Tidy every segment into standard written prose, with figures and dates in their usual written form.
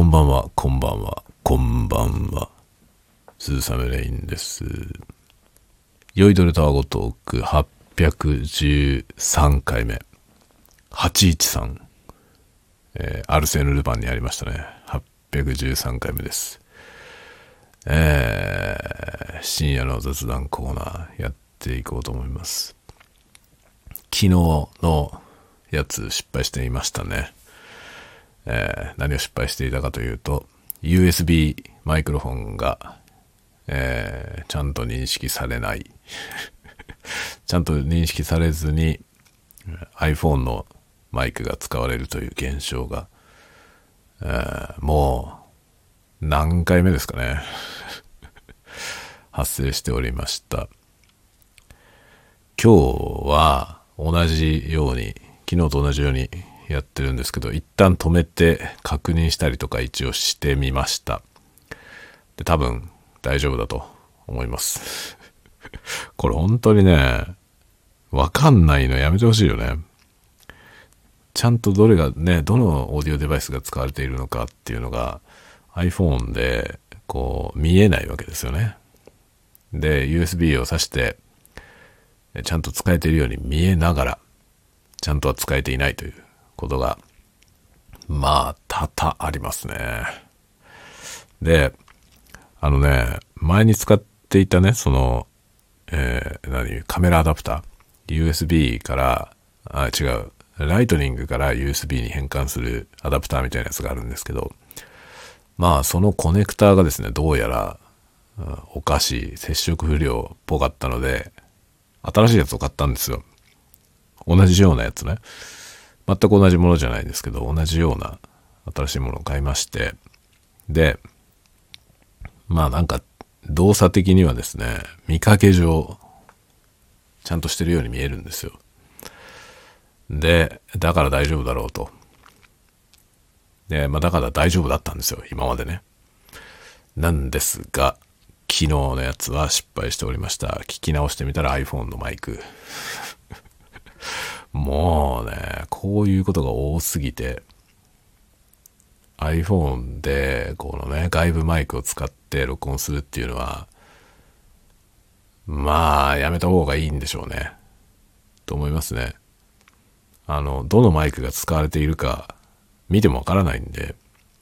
こんばんは、こんばんは、こんばんは。鈴雨レインです。酔いどれタワゴトーク813回目。813。アルセーヌ・ルパンにありましたね。813回目です。深夜の雑談コーナーやっていこうと思います。昨日のやつ失敗していましたね。何を失敗していたかというと USB マイクロフォンが、ちゃんと認識されないちゃんと認識されずに iPhone のマイクが使われるという現象が、もう何回目ですかね発生しておりました。今日は同じように昨日と同じようにやってるんですけど、一旦止めて確認したりとか一応してみました。で、多分大丈夫だと思いますこれ本当にね、わかんないのやめてほしいよね。ちゃんとどれがね、どのオーディオデバイスが使われているのかっていうのが iPhone でこう見えないわけですよね。で USB を挿してちゃんと使えているように見えながらちゃんとは使えていないということがまあ多々ありますね。で、前に使っていたね、その、カメラアダプター USB から違うライトニングから USB に変換するアダプターみたいなやつがあるんですけど、まあそのコネクターがですね、どうやら、おかしい接触不良っぽかったので新しいやつを買ったんですよ。同じようなやつね。全く同じものじゃないんですけど、同じような新しいものを買いまして、で、まあなんか動作的にはですね、見かけ上ちゃんとしてるように見えるんですよ。で、だから大丈夫だろうと。で、まあだから大丈夫だったんですよ、今までね。なんですが、昨日のやつは失敗しておりました。聞き直してみたら iPhone のマイク。もうね、こういうことが多すぎて、iPhone でこのね、外部マイクを使って録音するっていうのは、まあやめた方がいいんでしょうね。と思いますね。どのマイクが使われているか見てもわからないんで、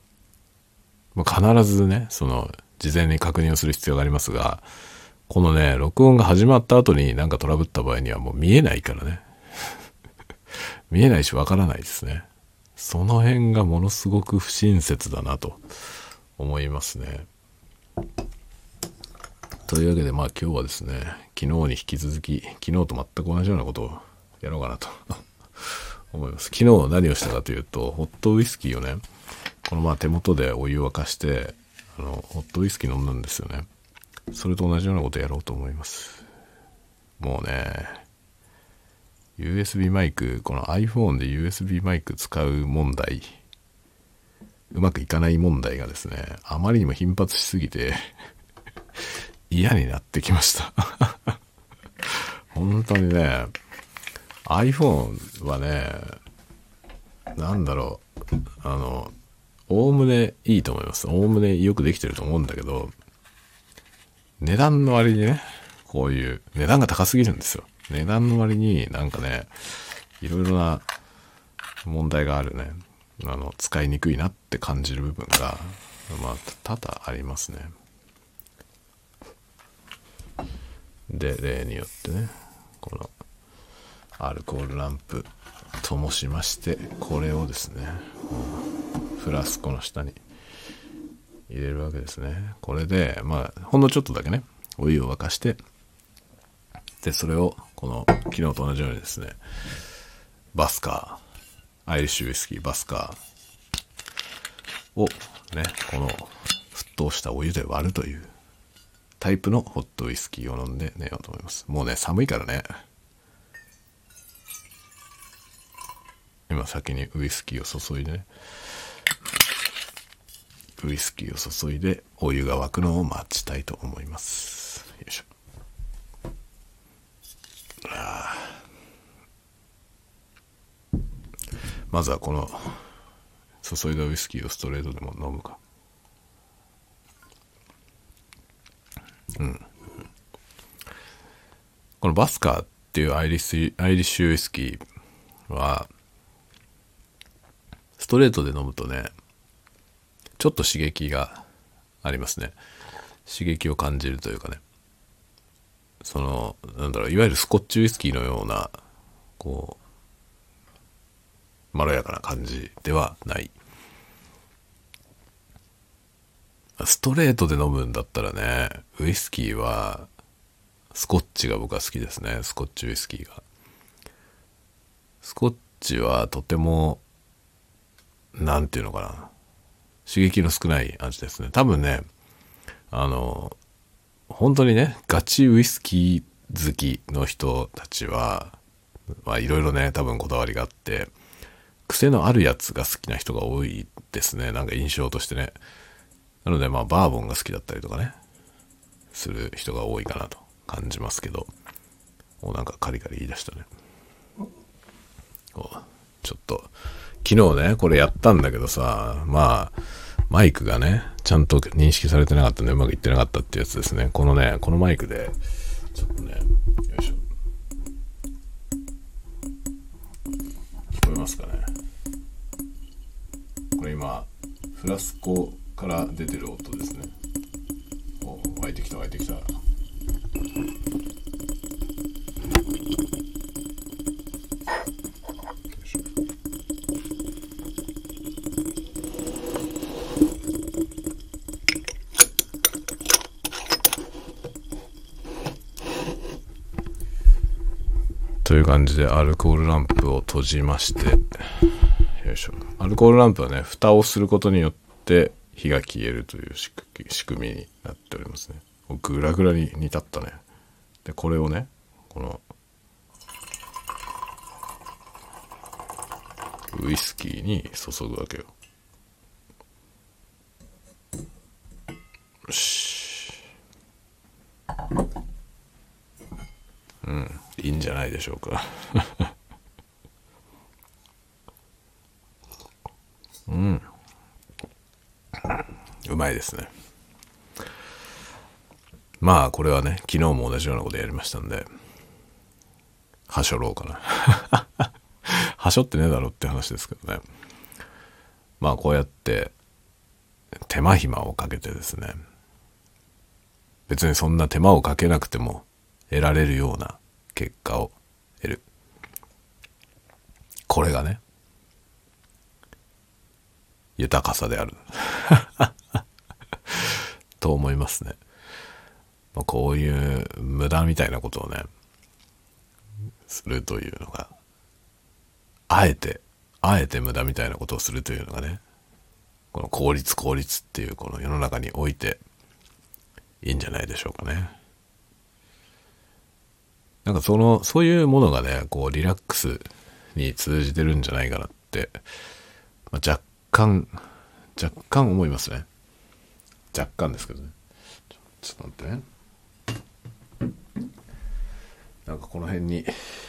必ずね、その事前に確認をする必要がありますが、このね、録音が始まった後になんかトラブった場合にはもう見えないからね。見えないしわからないですね。その辺がものすごく不親切だなと思いますね。というわけでまあ今日はですね、昨日に引き続き、昨日と全く同じようなことをやろうかなと思います。昨日何をしたかというと、ホットウイスキーをね、このまあ手元でお湯を沸かして、ホットウイスキー飲んだんですよね。それと同じようなことをやろうと思います。もうね、USB マイク、この iPhone で USB マイク使う問題、うまくいかない問題がですね、あまりにも頻発しすぎて嫌になってきました本当にね、 iPhone はね、なんだろう、おおむねいいと思います。おおむねよくできてると思うんだけど、値段の割にね、こういう値段が高すぎるんですよ。値段の割になんかね、いろいろな問題があるね。使いにくいなって感じる部分がまあ多々ありますね。で、例によってね、このアルコールランプ灯しまして、これをですね、フラスコの下に入れるわけですね。これでまあほんのちょっとだけね、お湯を沸かして、でそれをこの昨日と同じようにですね、バスカー、アイリッシュウイスキーバスカーをね、この沸騰したお湯で割るというタイプのホットウイスキーを飲んで寝ようと思います。もうね、寒いからね、今先にウイスキーを注いでね、ウイスキーを注いでお湯が沸くのを待ちたいと思います。よいしょ。まずはこの注いだウイスキーをストレートでも飲むか。このバスカーっていうアイリッシュウイスキーはストレートで飲むとね、ちょっと刺激がありますね。刺激を感じるというかね、なんだろう、いわゆるスコッチウイスキーのようなこうまろやかな感じではない。ストレートで飲むんだったらね、ウイスキーはスコッチが僕は好きですね。スコッチウイスキーが。スコッチはとてもなんていうのかな、刺激の少ない味ですね。多分ね、本当にね、ガチウイスキー好きの人たちはいろいろね、多分こだわりがあって、癖のあるやつが好きな人が多いですね。なんか印象としてね。なのでバーボンが好きだったりとかね、する人が多いかなと感じますけど、もうなんかカリカリ言い出したね。ちょっと、昨日ね、これやったんだけどさ、マイクがね、ちゃんと認識されてなかったんでうまくいってなかったってやつですね。このマイクで、ちょっとね、よいしょ。聞こえますかね。これ今、フラスコから出てる音ですね。湧いてきた。という感じでアルコールランプを閉じまして、よいしょ。アルコールランプはね、蓋をすることによって火が消えるという仕組みになっておりますね。グラグラに煮立ったね。でこれをね、このウイスキーに注ぐわけよ。よし、いいんじゃないでしょうか。うまいですね。これはね、昨日も同じようなことやりましたんで、はしょろうかな。はしょってねえだろって話ですけどね。こうやって手間暇をかけてですね、別にそんな手間をかけなくても得られるような結果を得る。これがね、豊かさである。と思いますね。こういう無駄みたいなことをね、するというのが、あえて無駄みたいなことをするというのがね、この効率っていうこの世の中においていいんじゃないでしょうかね。なんかそういうものがね、こうリラックスに通じてるんじゃないかなって、若干思いますね。若干ですけどね。ちょっと待ってね。なんかこの辺に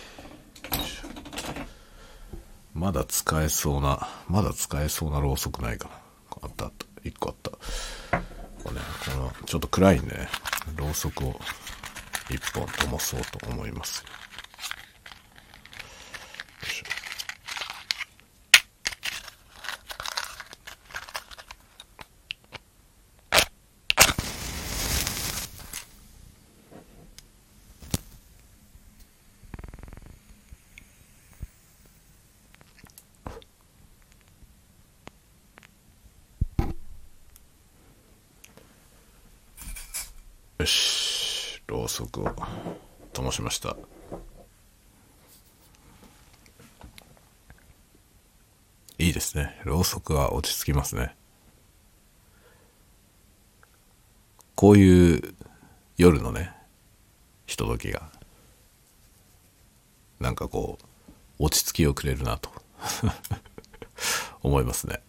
まだ使えそうなろうそくないかな。あった1個あった。このちょっと暗いんでね、ろうそくを1本灯そうと思います。よし、ろうそくを灯しました。いいですね。ろうそくは落ち着きますね。こういう夜のね、ひとときがなんかこう落ち着きをくれるなと思いますね。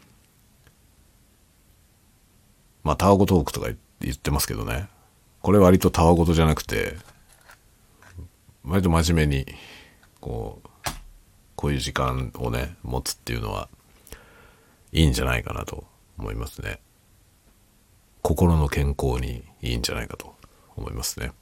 たわごトークとか言ってますけどね、これ割とたわごとじゃなくて、割と真面目にこういう時間をね持つっていうのはいいんじゃないかなと思いますね。心の健康にいいんじゃないかと思いますね。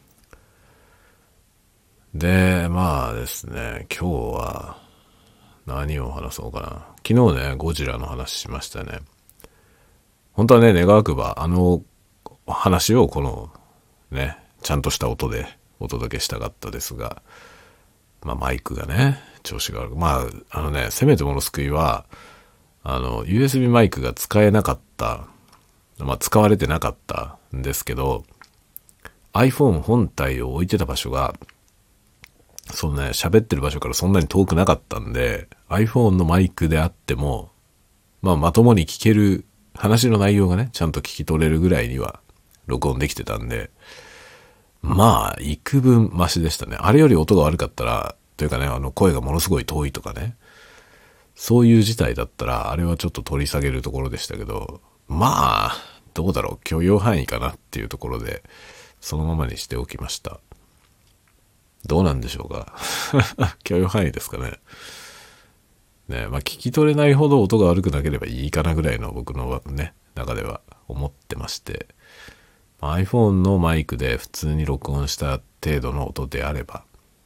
で、まあですね、今日は何を話そうかな。昨日ね、ゴジラの話しましたね。本当はね、願わくばあの話をこのね、ちゃんとした音でお届けしたかったですが、まあマイクがね、調子が悪く、まあせめてもの救いは、USB マイクが使えなかった、まあ使われてなかったんですけど、iPhone 本体を置いてた場所が、そのね、喋ってる場所からそんなに遠くなかったんで、iPhone のマイクであっても、まあまともに聞ける、話の内容がね、ちゃんと聞き取れるぐらいには録音できてたんで、まあ、幾分マシでしたね。あれより音が悪かったら、というかね、声がものすごい遠いとかね、そういう事態だったら、あれはちょっと取り下げるところでしたけど、まあ、どうだろう、許容範囲かなっていうところで、そのままにしておきました。どうなんでしょうか。許容範囲ですかね。ね、まあ聞き取れないほど音が悪くなければいいかなぐらいの僕のね、中では思ってまして、iPhone のマイクで普通に録音した程度の音であれば、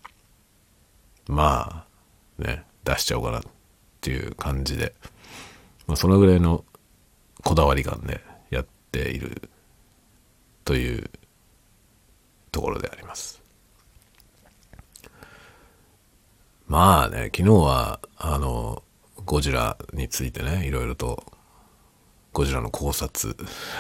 まあ、ね、出しちゃおうかなっていう感じで、まあそのぐらいのこだわり感でやっているというところであります。まあね、昨日は、ゴジラについてね、いろいろと、ゴジラの考察、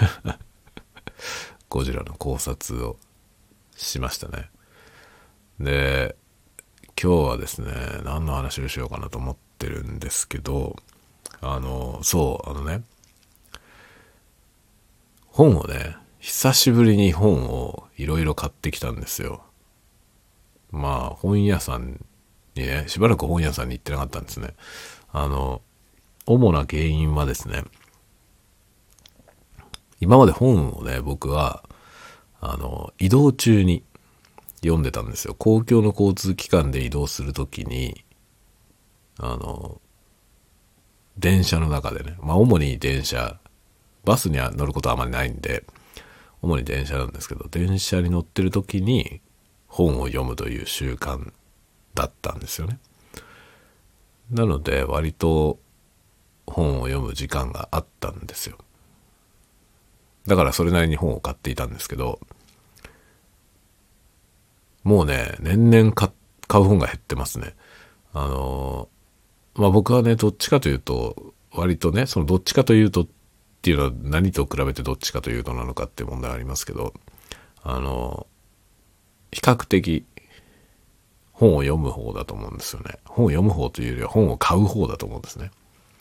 ゴジラの考察をしましたね。で、今日はですね、何の話をしようかなと思ってるんですけど、本をね、久しぶりに本をいろいろ買ってきたんですよ。まあ、本屋さんにね、しばらく本屋さんに行ってなかったんですね。主な原因はですね、今まで本をね、僕は、移動中に読んでたんですよ。公共の交通機関で移動するときに、電車の中でね、まあ主に電車、バスには乗ることはあまりないんで、主に電車なんですけど、電車に乗ってるときに本を読むという習慣だったんですよね。なので割と本を読む時間があったんですよ。だからそれなりに本を買っていたんですけど、もうね、年々買う本が減ってますね。まあ僕はね、どっちかというと、割とね、そのどっちかというとっていうのは何と比べてどっちかというとなのかっていう問題はありますけど、比較的本を読む方だと思うんですよね。本を読む方というよりは本を買う方だと思うんですね。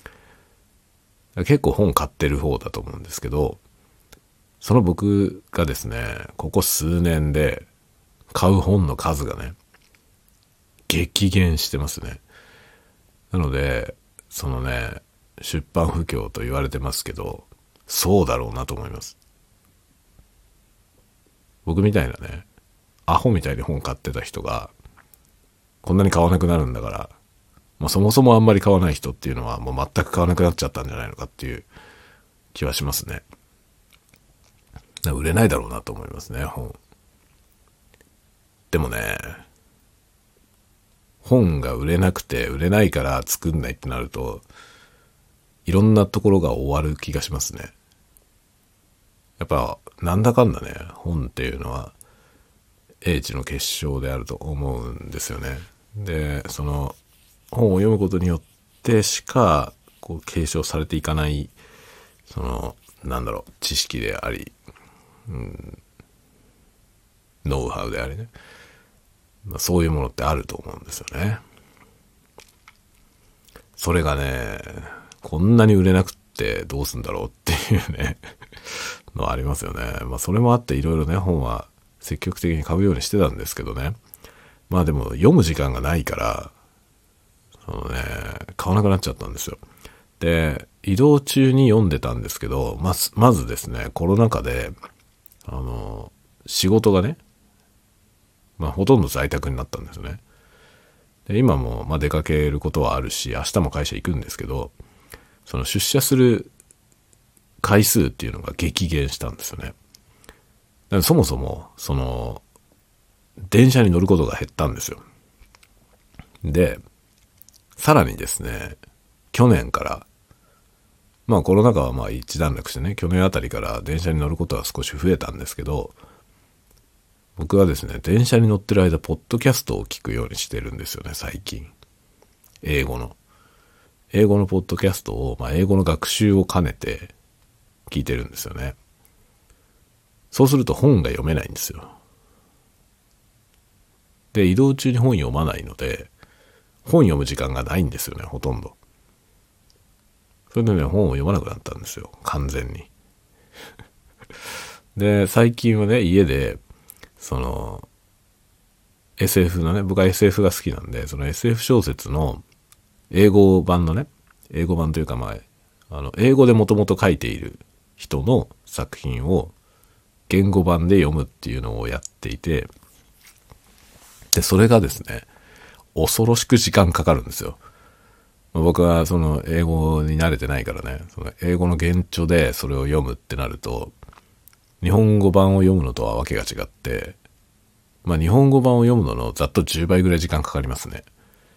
結構本買ってる方だと思うんですけど、その僕がですね、ここ数年で買う本の数がね、激減してますね。なので、そのね、出版不況と言われてますけど、そうだろうなと思います。僕みたいなね、アホみたいに本買ってた人が、こんなに買わなくなるんだから、まあそもそもあんまり買わない人っていうのはもう全く買わなくなっちゃったんじゃないのかっていう気はしますね。売れないだろうなと思いますね、本。でもね、本が売れなくて、売れないから作んないってなると、いろんなところが終わる気がしますね。やっぱ、なんだかんだね、本っていうのは、英知の結晶であると思うんですよね。で、その、本を読むことによってしか、こう、継承されていかない、その、知識であり、ノウハウでありね。まあ、そういうものってあると思うんですよね。それがね、こんなに売れなくってどうすんだろうっていうね、のはありますよね。まあそれもあっていろいろね、本は積極的に買うようにしてたんですけどね。まあでも読む時間がないから、そのね、買わなくなっちゃったんですよ。で、移動中に読んでたんですけど、まずですね、コロナ禍で、仕事がね、まあほとんど在宅になったんですよね。で今もまあ出かけることはあるし、明日も会社行くんですけど、 その出社する回数っていうのが激減したんですよね。だからそもそも、その、電車に乗ることが減ったんですよ。で、さらにですね、去年から、まあコロナ禍はまあ一段落してね、去年あたりから電車に乗ることは少し増えたんですけど、僕はですね、電車に乗ってる間、ポッドキャストを聞くようにしてるんですよね、最近。英語のポッドキャストを、まあ英語の学習を兼ねて聞いてるんですよね。そうすると本が読めないんですよ。で、移動中に本読まないので、本読む時間がないんですよね、ほとんど。それでね、本を読まなくなったんですよ、完全に。で、最近はね、家で、その、SF のね、僕は SF が好きなんで、その SF 小説の英語版のね、英語版というかまあ、英語でもともと書いている人の作品を言語版で読むっていうのをやっていて、で、それがですね、恐ろしく時間かかるんですよ。僕はその英語に慣れてないからね、その英語の原著でそれを読むってなると、日本語版を読むのとはわけが違って、まあ日本語版を読むののざっと10倍ぐらい時間かかりますね。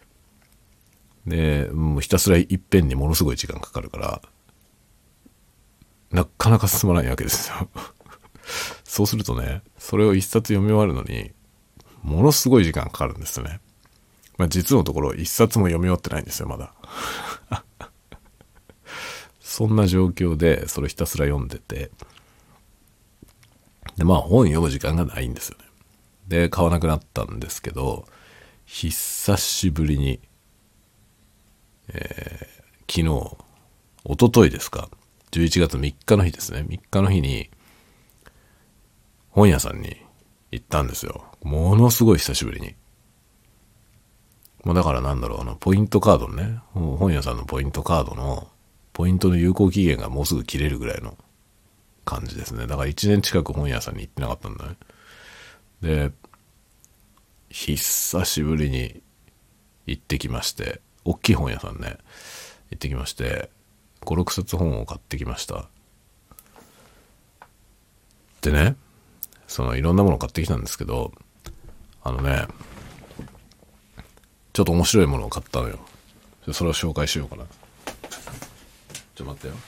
で、もうひたすらいっぺんにものすごい時間かかるから、なかなか進まないわけですよ。そうするとね、それを一冊読み終わるのに、ものすごい時間かかるんですよね。まあ実のところ一冊も読み終わってないんですよ、まだ。そんな状況で、それひたすら読んでて、で、まあ本読む時間がないんですよね。で、買わなくなったんですけど、久しぶりに、昨日、一昨日ですか、11月3日の日ですね、3日の日に、本屋さんに行ったんですよ。ものすごい久しぶりに。もうだからなんだろう、ポイントカードのね、本屋さんのポイントカードの、ポイントの有効期限がもうすぐ切れるぐらいの感じですね。だから1年近く本屋さんに行ってなかったんだね。で、久しぶりに行ってきまして、大きい本屋さんね、行ってきまして、5、6冊本を買ってきました。でね、そのいろんなものを買ってきたんですけど、ちょっと面白いものを買ったのよ。それを紹介しようかな。ちょっと待ってよ。よ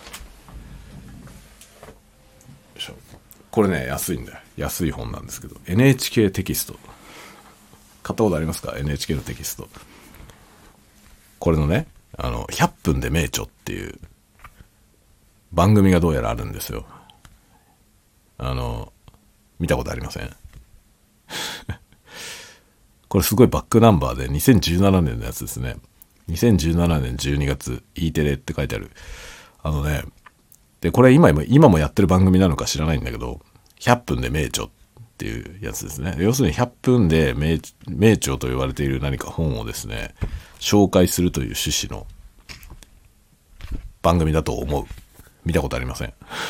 いしょ。これね、安いんだよ。安い本なんですけど、NHK テキスト。買ったことありますか？ NHK のテキスト。これのね、100分で名著っていう番組がどうやらあるんですよ。見たことありません？これすごいバックナンバーで2017年のやつですね。2017年12月 E テレって書いてある。で、これ今もやってる番組なのか知らないんだけど、100分で名著っていうやつですね。要するに100分で名著と言われている何か本をですね、紹介するという趣旨の番組だと思う。見たことありません。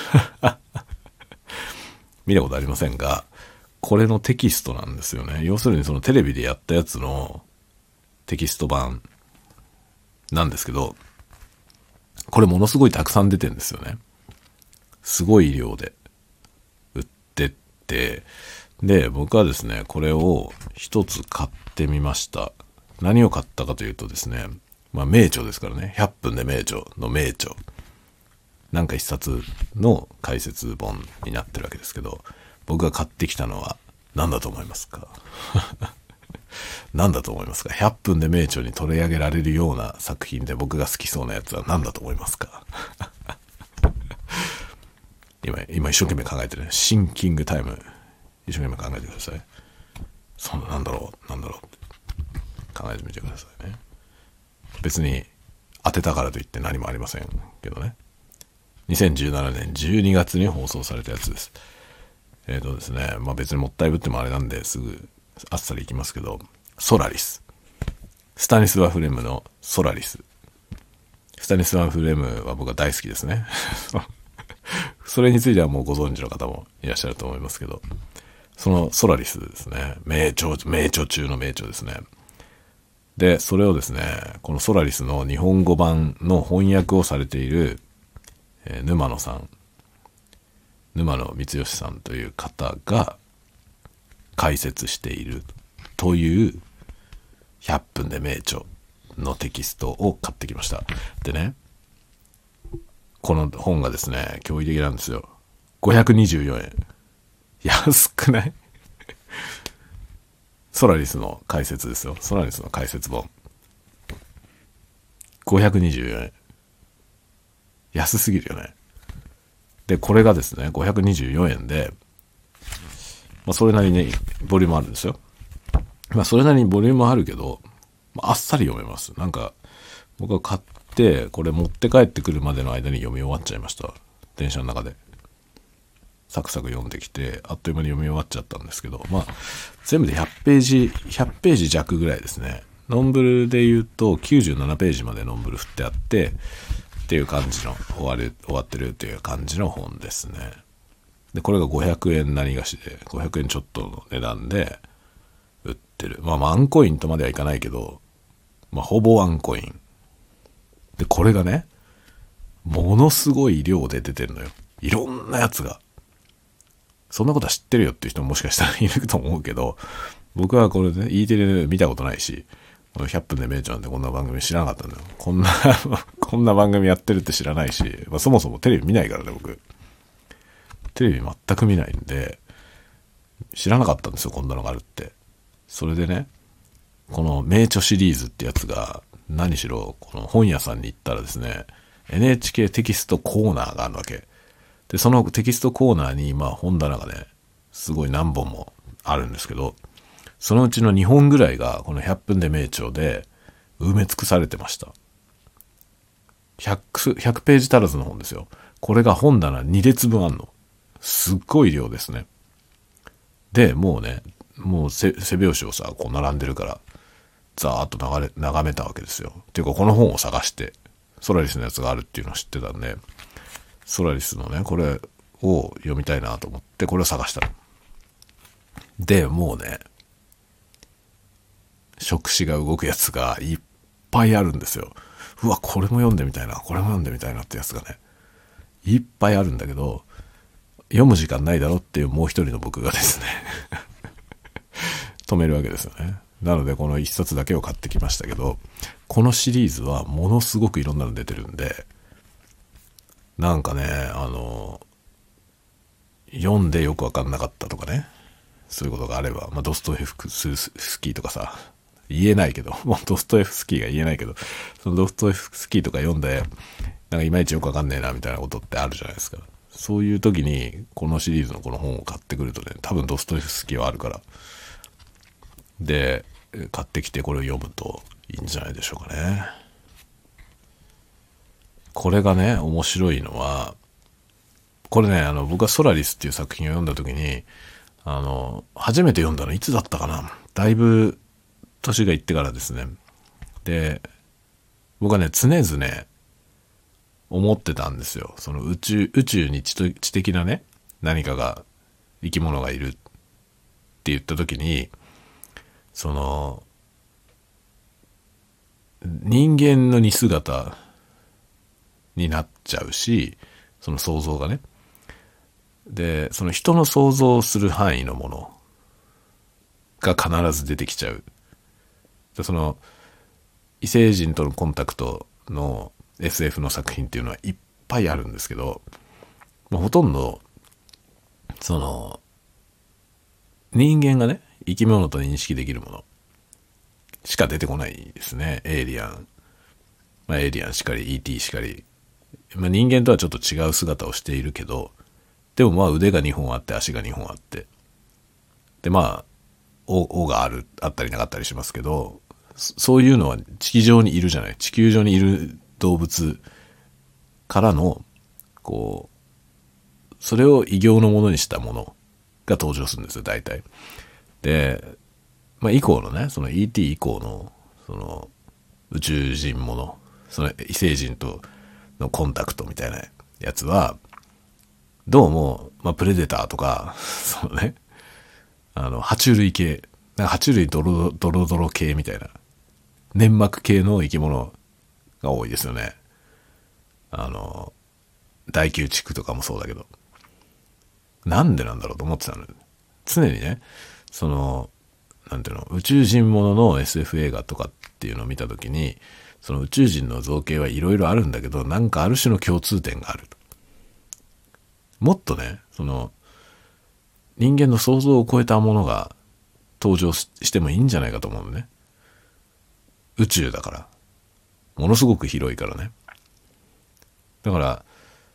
見たことありませんが、これのテキストなんですよね。要するにそのテレビでやったやつのテキスト版なんですけど、これものすごいたくさん出てるんですよね。すごい量で売ってって、で、僕はですね、これを一つ買ってみました。何を買ったかというとですね、まあ名著ですからね、100分で名著の名著。なんか一冊の解説本になってるわけですけど、僕が買ってきたのは何だと思いますか？何だと思いますか？100分で名著に取り上げられるような作品で僕が好きそうなやつは何だと思いますか？今一生懸命考えてるね。シンキングタイム。一生懸命考えてください。なんだろうって考えてみてくださいね。別に当てたからといって何もありませんけどね。2017年12月に放送されたやつです。ですね、まあ別にもったいぶってもあれなんですぐあっさりいきますけど、ソラリス。スタニスワフレムのソラリス。スタニスワフレムは僕は大好きですね。それについてはもうご存知の方もいらっしゃると思いますけど、そのソラリスですね、名著中の名著ですね。 で、それをですね、このソラリスの日本語版の翻訳をされている、沼野光義さんという方が解説しているという100分で名著のテキストを買ってきました。でね、この本がですね、驚異的なんですよ。524円。安くない？ソラリスの解説ですよ。ソラリスの解説本。524円。安すぎるよね。で、これがですね、524円で、まあ、それなりにボリュームあるんですよ。まあ、それなりにボリュームあるけど、あっさり読めます。なんか、僕は買って、これ持って帰ってくるまでの間に読み終わっちゃいました。電車の中で。サクサク読んできて、あっという間に読み終わっちゃったんですけど、まあ、全部で100ページ弱ぐらいですね。ノンブルで言うと97ページまでノンブル振ってあって、っていう感じの、終わってるっていう感じの本ですね。で、これが500円何がしで、500円ちょっとの値段で売ってる。まあ、ワンコインとまではいかないけど、まあ、ほぼワンコイン。で、これがね、ものすごい量で出てるのよ。いろんなやつが。そんなことは知ってるよっていう人ももしかしたらいると思うけど、僕はこれね、E テレで見たことないし、この100分で名著なんてこんな番組知らなかったんだよ。こんな番組やってるって知らないし、まあ、そもそもテレビ見ないからね、僕。テレビ全く見ないんで、知らなかったんですよ、こんなのがあるって。それでね、この名著シリーズってやつが、何しろ、この本屋さんに行ったらですね、NHK テキストコーナーがあるわけ。で、そのテキストコーナーに、まあ本棚がね、すごい何本もあるんですけど、そのうちの2本ぐらいが、この100分で名著で埋め尽くされてました。100ページ足らずの本ですよ。これが本棚2列分あんの。すっごい量ですね。で、もうね、もう背拍子をさ、こう並んでるから、ざーっと眺めたわけですよ。っていうか、この本を探して、ソラリスのやつがあるっていうのを知ってたんで、ソラリスのね、これを読みたいなと思って、これを探したの。で、もうね、触手が動くやつがいっぱいあるんですよ。うわ、これも読んでみたいな、これも読んでみたいなってやつがね、いっぱいあるんだけど、読む時間ないだろっていうもう一人の僕がですね、止めるわけですよね。なのでこの一冊だけを買ってきましたけど、このシリーズはものすごくいろんなの出てるんで、なんかね、読んでよくわかんなかったとかね、そういうことがあれば、まあ、ドストエフスキーとかさ、言えないけど、もうドストエフスキーが言えないけど、そのドストエフスキーとか読んで、なんかいまいちよくわかんねえなみたいなことってあるじゃないですか。そういう時に、このシリーズのこの本を買ってくるとね、多分ドストエフスキーはあるから。で、買ってきてこれを読むといいんじゃないでしょうかね。これがね、面白いのは、これね、僕はソラリスっていう作品を読んだ時に、初めて読んだのいつだったかな。だいぶ年がいってからですね。で、僕はね、常々思ってたんですよ。その宇宙に知的なね、何かが、生き物がいるって言った時に、その、人間の似姿になっちゃうし、その想像がね。で、その人の想像する範囲のものが必ず出てきちゃう。で、その異星人とのコンタクトの SF の作品っていうのはいっぱいあるんですけど、もうほとんどその人間がね、生き物と認識できるものしか出てこないですね。エイリアン、まあ、エイリアンしかり ET しかり、まあ、人間とはちょっと違う姿をしているけど、でもまあ腕が2本あって足が2本あって、でまあ尾があったりなかったりしますけど、そういうのは地球上にいるじゃない。地球上にいる動物からのこう、それを異形のものにしたものが登場するんですよ、大体。で、まあ以降のね、その ET 以降のその宇宙人もの、その異星人とのコンタクトみたいなやつは、どうも、まあ、プレデターとか、そうね、爬虫類系、なんか爬虫類ドロドロ系みたいな粘膜系の生き物が多いですよね。大宮地区とかもそうだけど。なんでなんだろうと思ってたの。常にね、なんていうの、宇宙人ものの SF 映画とかっていうのを見たときに、その宇宙人の造形はいろいろあるんだけど、なんかある種の共通点がある。もっとね、人間の想像を超えたものが登場してもいいんじゃないかと思うのね。宇宙だから。ものすごく広いからね。だから、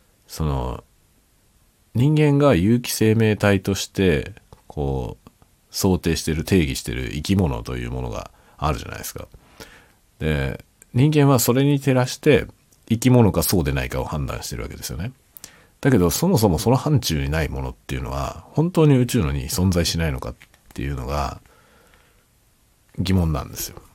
人間が有機生命体として、想定してる、定義してる生き物というものがあるじゃないですか。で、人間はそれに照らして生き物かそうでないかを判断してるわけですよね。だけど、そもそもその範疇にないものっていうのは、本当に宇宙に存在しないのかっていうのが疑問なんですよ。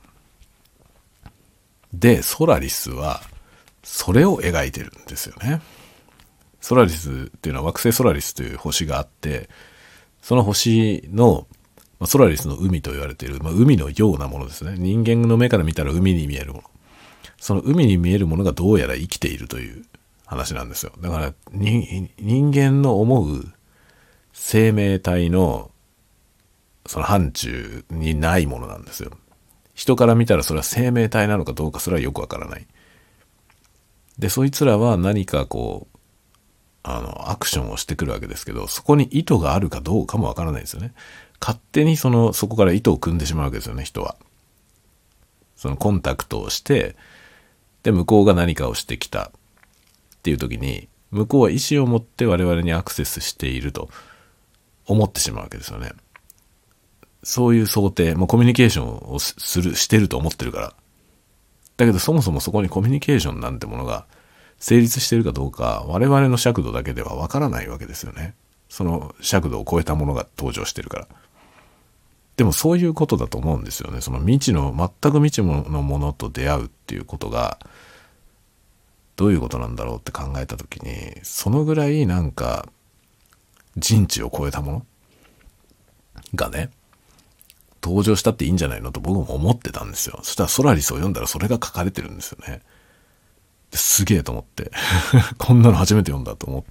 で、ソラリスは、それを描いてるんですよね。ソラリスっていうのは惑星ソラリスという星があって、その星の、ソラリスの海と言われている、海のようなものですね。人間の目から見たら海に見えるもの。その海に見えるものがどうやら生きているという話なんですよ。だから人間の思う生命体のその範疇にないものなんですよ。人から見たらそれは生命体なのかどうかすらよくわからない。で、そいつらは何かアクションをしてくるわけですけど、そこに意図があるかどうかもわからないですよね。勝手にそこから意図を組んでしまうわけですよね、人は。そのコンタクトをして、で、向こうが何かをしてきたっていう時に、向こうは意思を持って我々にアクセスしていると思ってしまうわけですよね。そういう想定、もうコミュニケーションをしてると思ってるから。だけどそもそもそこにコミュニケーションなんてものが成立しているかどうか、我々の尺度だけではわからないわけですよね。その尺度を超えたものが登場してるから。でもそういうことだと思うんですよね。その全く未知のものと出会うっていうことが、どういうことなんだろうって考えたときに、そのぐらいなんか、人知を超えたものがね、登場したっていいんじゃないのと僕も思ってたんですよ。そしたらソラリスを読んだらそれが書かれてるんですよね。すげえと思って。こんなの初めて読んだと思って、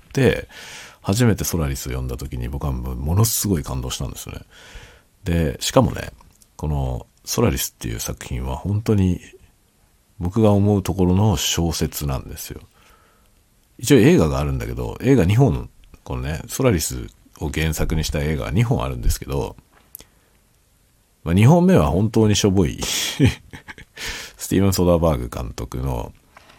初めてソラリスを読んだ時に僕はものすごい感動したんですよね。で、しかもね、このソラリスっていう作品は本当に僕が思うところの小説なんですよ。一応映画があるんだけど、映画2本、このね、ソラリスを原作にした映画が2本あるんですけど、2本目は本当にしょぼいスティーブン・ソダーバーグ監督の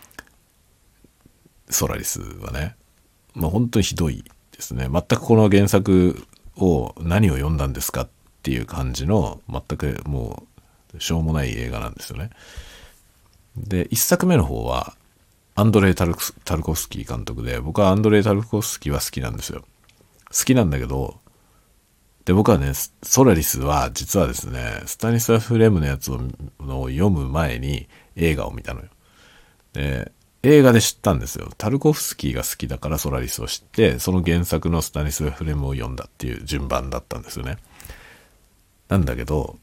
ソラリスはね、本当にひどいですね。全くこの原作を何を読んだんですかっていう感じの全くもうしょうもない映画なんですよね。で、一作目の方はアンドレイ・タルコフスキー監督で、僕はアンドレイ・タルコフスキーは好きなんですよ。好きなんだけど、で、僕はね、ソラリスは実はですね、スタニスラフ・レムのやつを読む前に映画を見たのよ。で、映画で知ったんですよ。タルコフスキーが好きだからソラリスを知って、その原作のスタニスラフ・レムを読んだっていう順番だったんですよね。なんだけど、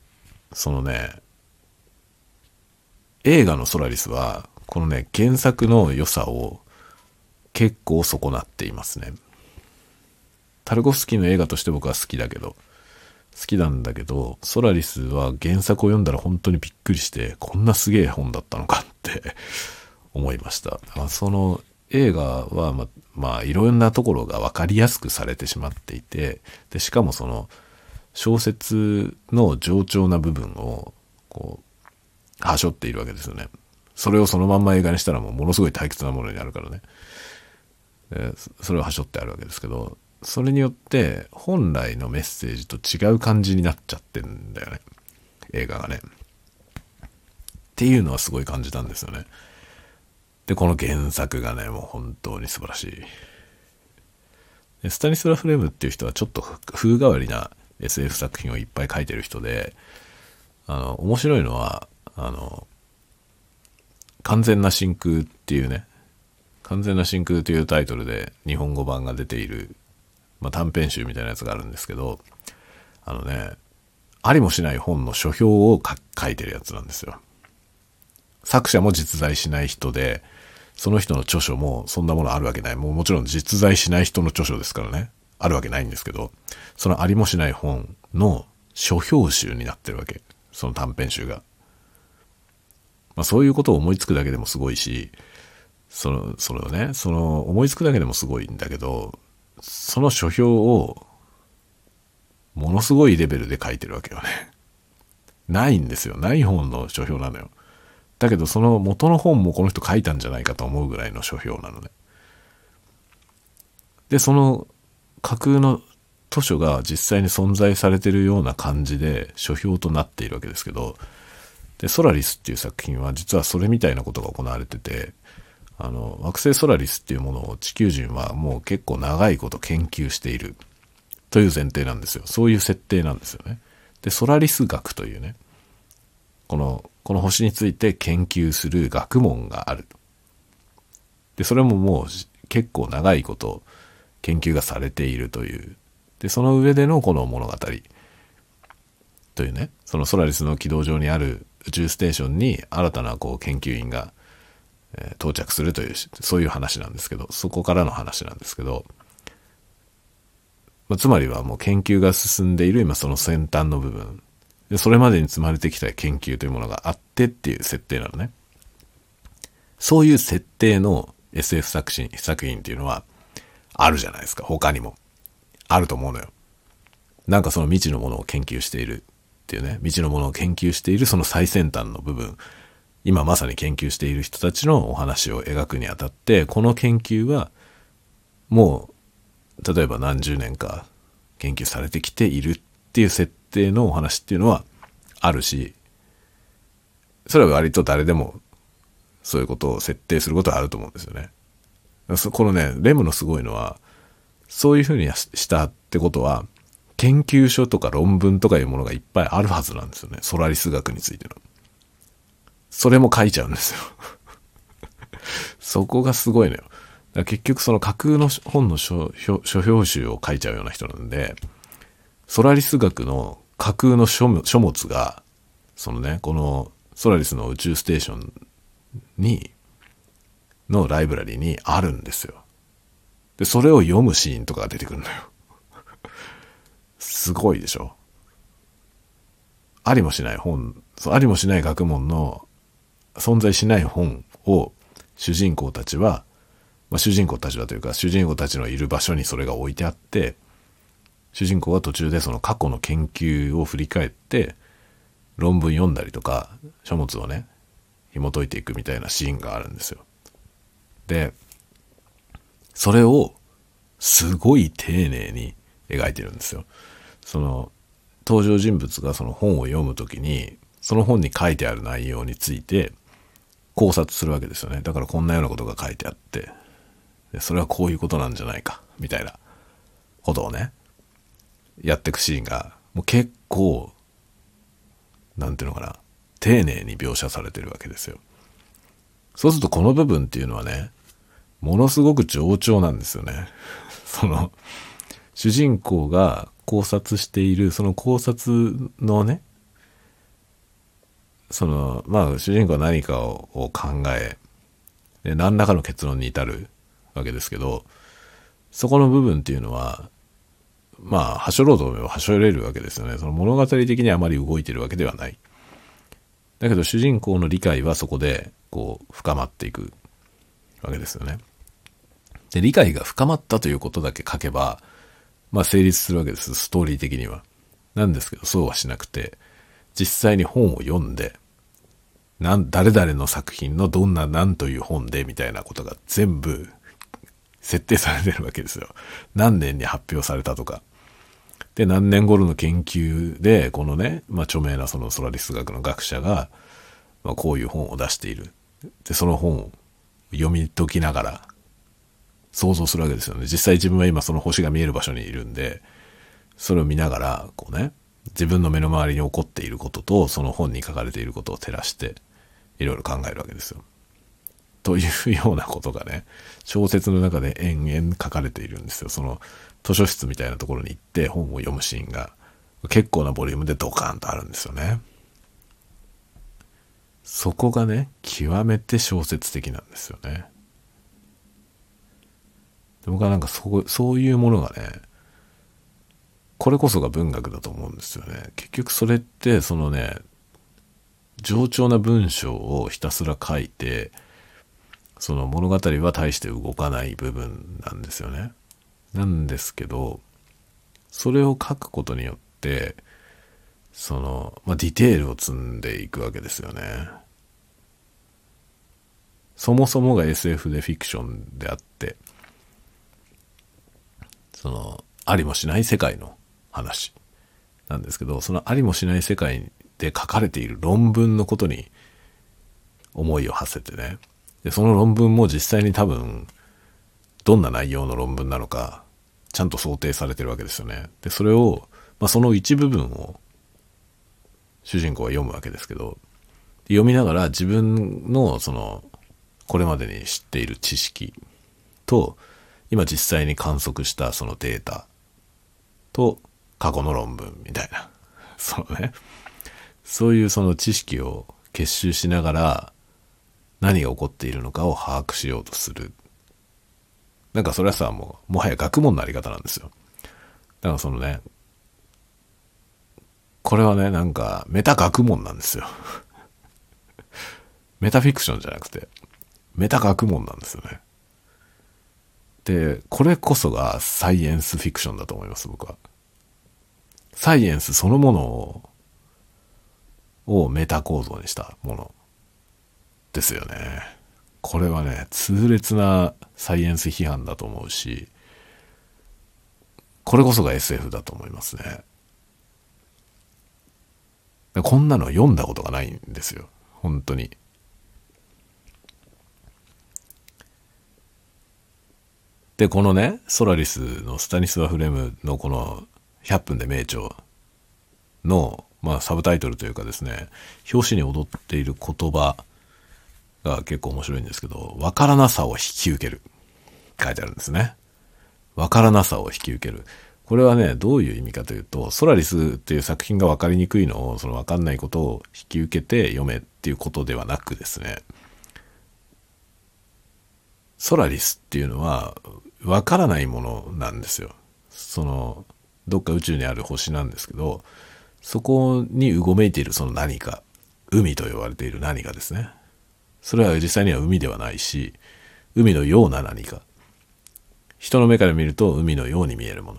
映画のソラリスは、このね、原作の良さを結構損なっていますね。タルコフスキーの映画として僕は好きなんだけど、ソラリスは原作を読んだら本当にびっくりして、こんなすげえ本だったのかって思いました。その映画はいろんなところが分かりやすくされてしまっていて、で、しかもその小説の冗長な部分をはしょっているわけですよね。それをそのまんま映画にしたらものすごい退屈なものになるからね。それをはしょってあるわけですけど、それによって本来のメッセージと違う感じになっちゃってんだよね、映画がね。っていうのはすごい感じたんですよね。で、この原作がね、もう本当に素晴らしい。で、スタニスラフ・レムっていう人はちょっと風変わりな SF 作品をいっぱい書いてる人で、面白いのは完全な真空っていうね、完全な真空というタイトルで日本語版が出ている、短編集みたいなやつがあるんですけど、ありもしない本の書評を書いてるやつなんですよ。 作者も実在しない人で、その人の著書もそんなものあるわけない。もちろん実在しない人の著書ですからね。あるわけないんですけど、そのありもしない本の書評集になってるわけ。その短編集が。そういうことを思いつくだけでもすごいし、それをね、思いつくだけでもすごいんだけど、その書評をものすごいレベルで書いてるわけよね。ないんですよ。ない本の書評なのよ。だけどその元の本もこの人書いたんじゃないかと思うぐらいの書評なのね。で、その架空の図書が実際に存在されてるような感じで書評となっているわけですけど、で、ソラリスっていう作品は実はそれみたいなことが行われてて、惑星ソラリスっていうものを地球人はもう結構長いこと研究しているという前提なんですよ。そういう設定なんですよね。で、ソラリス学というね、この星について研究する学問がある。で、それももう結構長いこと研究がされているという。で、その上でのこの物語というね、そのソラリスの軌道上にある宇宙ステーションに新たな研究員が到着するという、そういう話なんですけど、そこからの話なんですけど、つまりはもう研究が進んでいる今その先端の部分で、それまでに積まれてきた研究というものがあってっていう設定なのね。そういう設定の SF 作品っていうのはあるじゃないですか。他にもあると思うのよ。なんかその未知のものを研究しているっていうね、未知のものを研究しているその最先端の部分、今まさに研究している人たちのお話を描くにあたって、この研究はもう例えば何十年か研究されてきているっていう設定のお話っていうのはあるし、それは割と誰でもそういうことを設定することはあると思うんですよね。このね、レムのすごいのは、そういうふうにしたってことは、研究書とか論文とかいうものがいっぱいあるはずなんですよね。ソラリス学についての。それも書いちゃうんですよ。そこがすごいのよ。だから結局その架空の本の書評集を書いちゃうような人なんで、ソラリス学の架空の書物が、そのね、このソラリスの宇宙ステーションのライブラリにあるんですよ。で、それを読むシーンとかが出てくるのよ。すごいでしょ。ありもしない本、ありもしない学問の存在しない本を主人公たちは、主人公たちはというか、主人公たちのいる場所にそれが置いてあって、主人公は途中でその過去の研究を振り返って、論文読んだりとか、書物をね、紐解いていくみたいなシーンがあるんですよ。で、それをすごい丁寧に描いてるんですよ。その登場人物がその本を読むときに、その本に書いてある内容について考察するわけですよね。だからこんなようなことが書いてあって、でそれはこういうことなんじゃないかみたいなことをね、やっていくシーンがもう結構なんていうのかな、丁寧に描写されてるわけですよ。そうするとこの部分っていうのはね、ものすごく冗長なんですよね。その主人公が考察しているその考察のね、その主人公は何かを考えで何らかの結論に至るわけですけど、そこの部分っていうのははしょろうと思えばはしょれるわけですよね。その物語的にあまり動いてるわけではない。だけど主人公の理解はそこで深まっていくわけですよね。で、理解が深まったということだけ書けば成立するわけです、ストーリー的には。なんですけどそうはしなくて、実際に本を読んで、誰々の作品のどんな何という本でみたいなことが全部設定されてるわけですよ。何年に発表されたとか。で、何年頃の研究で、このね、著名なそのソラリス学の学者が、こういう本を出している。で、その本を読み解きながら想像するわけですよね。実際自分は今その星が見える場所にいるんで、それを見ながら、自分の目の周りに起こっていることと、その本に書かれていることを照らして、いろいろ考えるわけですよ。というようなことがね、小説の中で延々書かれているんですよ。その図書室みたいなところに行って本を読むシーンが結構なボリュームでドカーンとあるんですよね。 そこがね、極めて小説的なんですよね。で僕はなんかそういうものがね、これこそが文学だと思うんですよね。結局それってそのね、冗長な文章をひたすら書いて、その物語は大して動かない部分なんですよね。なんですけど、それを書くことによって、その、ディテールを積んでいくわけですよね。そもそもが SF でフィクションであって、その、ありもしない世界の話なんですけど、そのありもしない世界で書かれている論文のことに思いを馳せてね。で、その論文も実際に多分、どんな内容の論文なのか、ちゃんと想定されてるわけですよね。で、それを、その一部分を主人公は読むわけですけど、読みながら自分のその、これまでに知っている知識と、今実際に観測したそのデータと過去の論文みたいな。そうね。そういうその知識を結集しながら何が起こっているのかを把握しようとする。なんかそれはさ、もはや学問のあり方なんですよ。だからそのね、これはね、なんかメタ学問なんですよ。メタフィクションじゃなくて、メタ学問なんですよね。で、これこそがサイエンスフィクションだと思います、僕は。サイエンスそのものをメタ構造にしたものですよね。これはね、痛烈なサイエンス批判だと思うし、これこそが SF だと思いますね。こんなの読んだことがないんですよ。本当に。で、このね、ソラリスのスタニスワ・フレムのこの100分で名著の、サブタイトルというかですね、表紙に踊っている言葉が結構面白いんですけど、わからなさを引き受ける。書いてあるんですね。わからなさを引き受ける。これはね、どういう意味かというと、ソラリスっていう作品がわかりにくいのを、そのわかんないことを引き受けて読めっていうことではなくですね、ソラリスっていうのは、わからないものなんですよ。その、どっか宇宙にある星なんですけど、そこにうごめいているその何か、海と呼ばれている何かですね。それは実際には海ではないし、海のような何か。人の目から見ると海のように見えるもの。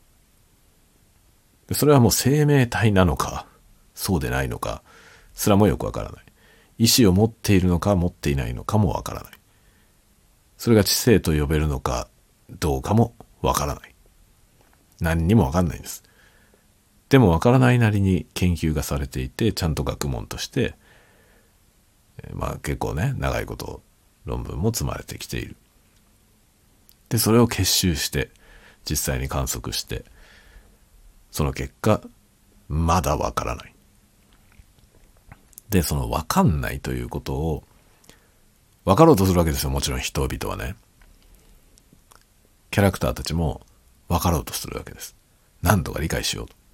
それはもう生命体なのか、そうでないのか、すらもよくわからない。意志を持っているのか持っていないのかもわからない。それが知性と呼べるのかどうかもわからない。何にもわかんないんです。でもわからないなりに研究がされていて、ちゃんと学問として、結構ね、長いこと論文も積まれてきている。で、それを結集して、実際に観測して、その結果、まだわからない。で、そのわかんないということを、わかろうとするわけですよ、もちろん人々はね。キャラクターたちもわかろうとするわけです。なんとか理解しようと。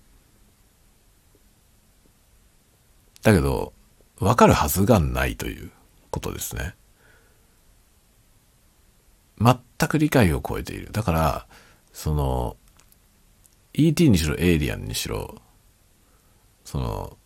だけど、わかるはずがないということですね。全く理解を超えている。だから、その、ET にしろエイリアンにしろ、その、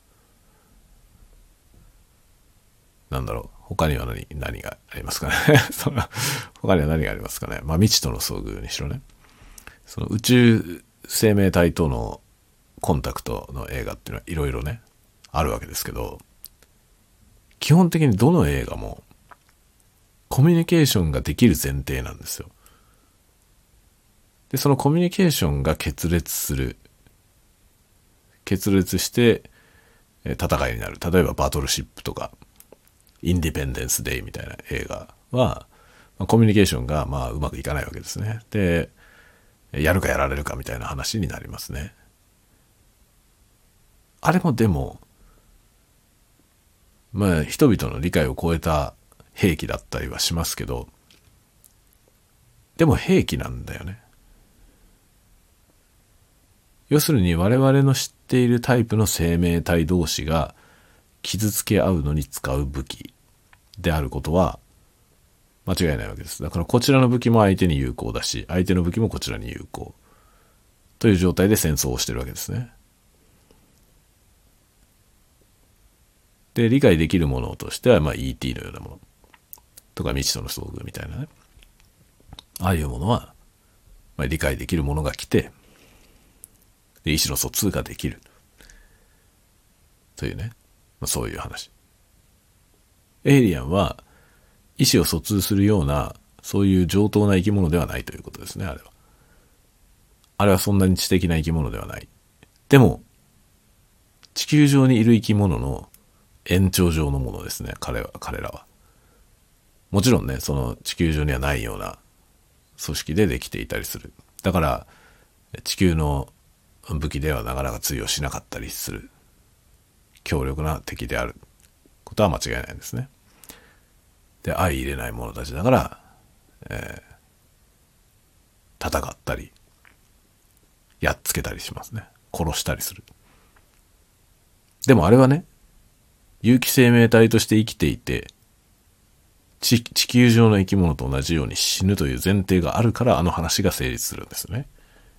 なんだろう、他には何がありますかね。その他には何がありますかね。未知との遭遇にしろね。その宇宙生命体とのコンタクトの映画っていうのはいろいろね、あるわけですけど、基本的にどの映画もコミュニケーションができる前提なんですよ。で、そのコミュニケーションが決裂する。決裂して戦いになる。例えばバトルシップとか、インディペンデンスデイみたいな映画は、コミュニケーションがうまくいかないわけですね。で、やるかやられるかみたいな話になりますね。あれもでも、人々の理解を超えた兵器だったりはしますけど、でも兵器なんだよね。要するに我々の知っているタイプの生命体同士が傷つけ合うのに使う武器であることは間違いないわけです。だからこちらの武器も相手に有効だし、相手の武器もこちらに有効という状態で戦争をしてるわけですね。で、理解できるものとしては、ET のようなものとか未知との遭遇みたいなね、ああいうものは、理解できるものが来て、で意思の疎通ができるというね、そういう話。エイリアンは意思を疎通するようなそういう上等な生き物ではないということですね。あれはそんなに知的な生き物ではない。でも地球上にいる生き物の延長上のものですね。彼らはもちろんね、その地球上にはないような組織でできていたりする。だから地球の武器ではなかなか通用しなかったりする強力な敵であることは間違いないんですね。で、相入れない者たちだから、戦ったりやっつけたりしますね。殺したりする。でもあれはね、有機生命体として生きていて地球上の生き物と同じように死ぬという前提があるから、あの話が成立するんですね。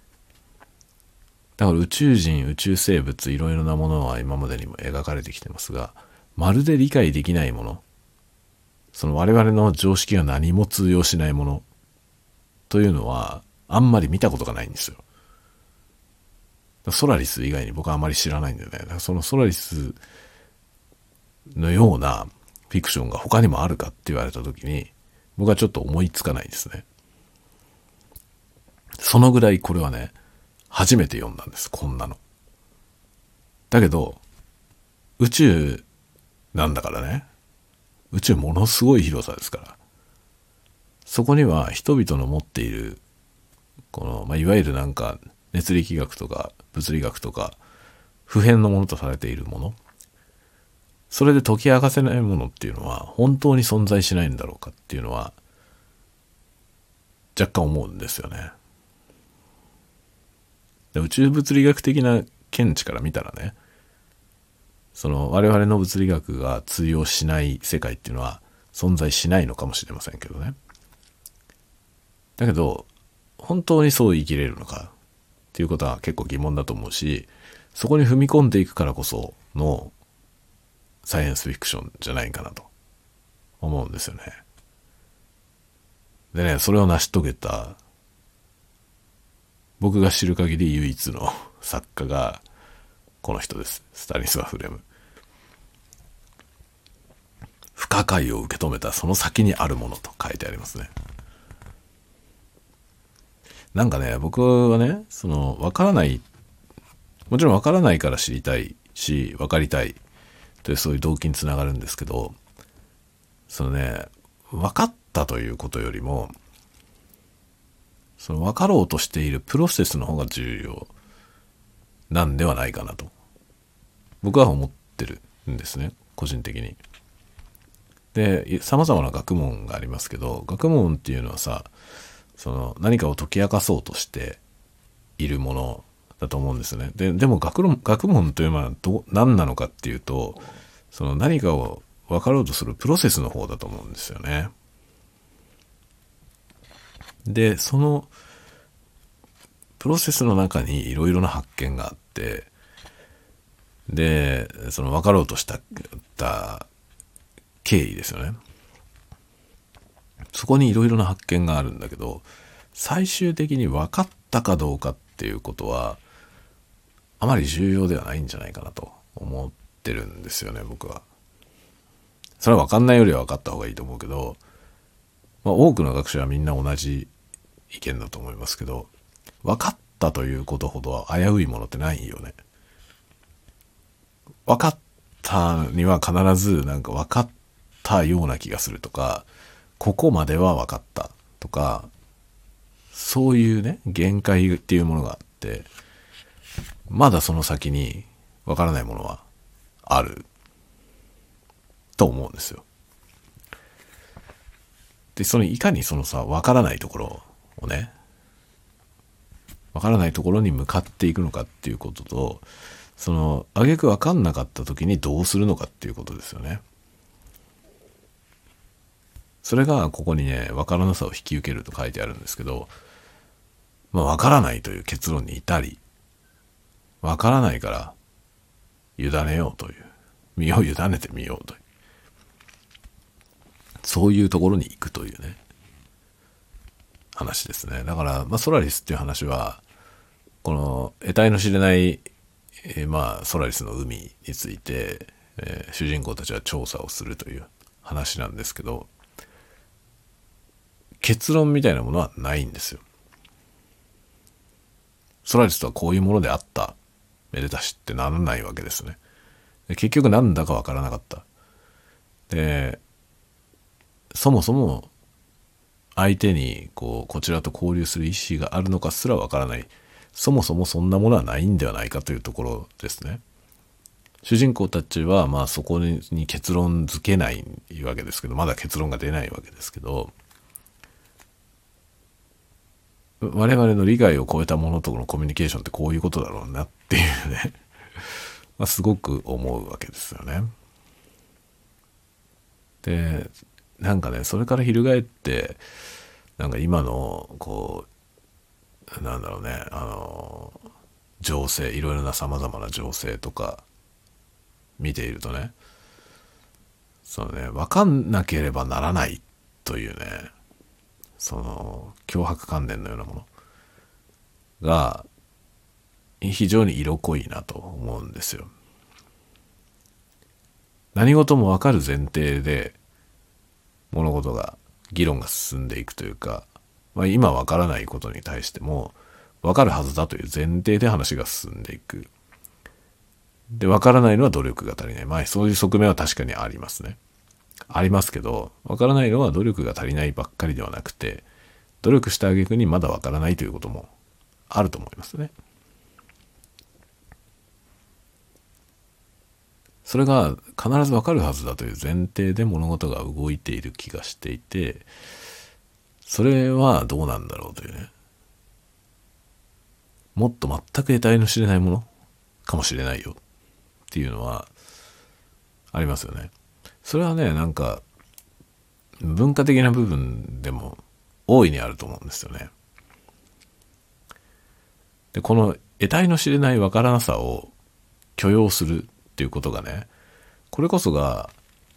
だから宇宙人、宇宙生物、いろいろなものは今までにも描かれてきてますが、まるで理解できないもの、その我々の常識が何も通用しないものというのはあんまり見たことがないんですよ。ソラリス以外に僕はあまり知らないんだよね。だからそのソラリスのようなフィクションが他にもあるかって言われたときに、僕はちょっと思いつかないですね。そのぐらいこれはね、初めて読んだんです、こんなの。だけど宇宙なんだからね、宇宙ものすごい広さですから、そこには人々の持っているこの、いわゆるなんか熱力学とか物理学とか普遍のものとされているもの、それで解き明かせないものっていうのは本当に存在しないんだろうかっていうのは若干思うんですよね。で、宇宙物理学的な見地から見たらね、その我々の物理学が通用しない世界っていうのは存在しないのかもしれませんけどね。だけど本当にそう生きれるのかっていうことは結構疑問だと思うし、そこに踏み込んでいくからこそのサイエンスフィクションじゃないかなと思うんですよね。でね、それを成し遂げた僕が知る限り唯一の作家がこの人です。スタニスワフ・レム。不可解を受け止めたその先にあるものと書いてありますね。なんかね、僕はね、その分からない、もちろん分からないから知りたいし分かりたいというそういう動機につながるんですけど、そのね、分かったということよりもその分かろうとしているプロセスの方が重要なんではないかなと僕は思ってるんですね、個人的に。で、様々な学問がありますけど、学問っていうのはさ、その何かを解き明かそうとしているものだと思うんですね。でも学問というのは何なのかっていうと、その何かを分かろうとするプロセスの方だと思うんですよね。で、そのプロセスの中にいろいろな発見があって、で、その分かろうとした経緯ですよね。そこにいろいろな発見があるんだけど、最終的に分かったかどうかっていうことはあまり重要ではないんじゃないかなと思ってるんですよね、僕は。それは分かんないよりは分かった方がいいと思うけど、多くの学者はみんな同じ意見だと思いますけど、分かったということほど危ういものってないよね。分かったには必ずなんか分かったような気がするとか、ここまでは分かったとか、そういうね、限界っていうものがあって、まだその先に分からないものはあると思うんですよ。で、いかにそのさ、分からないところをね、分からないところに向かっていくのかっていうことと、 その挙句分かんなかった時にどうするのかっていうことですよね。それがここにね、分からなさを引き受けると書いてあるんですけど、まあ分からないという結論に至り、分からないから委ねようという、身を委ねてみようという、そういうところに行くというね、話ですね。だから、まあ、ソラリスっていう話は、この得体の知れない、まあ、ソラリスの海について、主人公たちは調査をするという話なんですけど、結論みたいなものはないんですよ。ソラリスとはこういうものであった、めでたしってならないわけですね。で結局なんだかわからなかった。で、そもそも相手にこちらと交流する意思があるのかすらわからない。そもそもそんなものはないんではないかというところですね。主人公たちはまあそこに結論付けないわけですけど、まだ結論が出ないわけですけど、我々の理解を超えたものとのコミュニケーションってこういうことだろうなっていうねまあすごく思うわけですよね。で、なんかね、それから翻って、なんか今のなんだろうね、情勢、いろいろな様々な情勢とか見ているとね、そのね、分かんなければならないというね、その強迫観念のようなものが非常に色濃いなと思うんですよ。何事も分かる前提で物事が議論が進んでいくというか、まあ、今分からないことに対しても分かるはずだという前提で話が進んでいく。で、分からないのは努力が足りない。まあそういう側面は確かにありますね。ありますけど、分からないのは努力が足りないばっかりではなくて、努力した挙句にまだ分からないということもあると思いますね。それが必ず分かるはずだという前提で物事が動いている気がしていて、それはどうなんだろうというね。もっと全く得体の知れないものかもしれないよっていうのはありますよね。それはね、なんか文化的な部分でも大いにあると思うんですよね。で、この得体の知れないわからなさを許容するっていうことがね、これこそが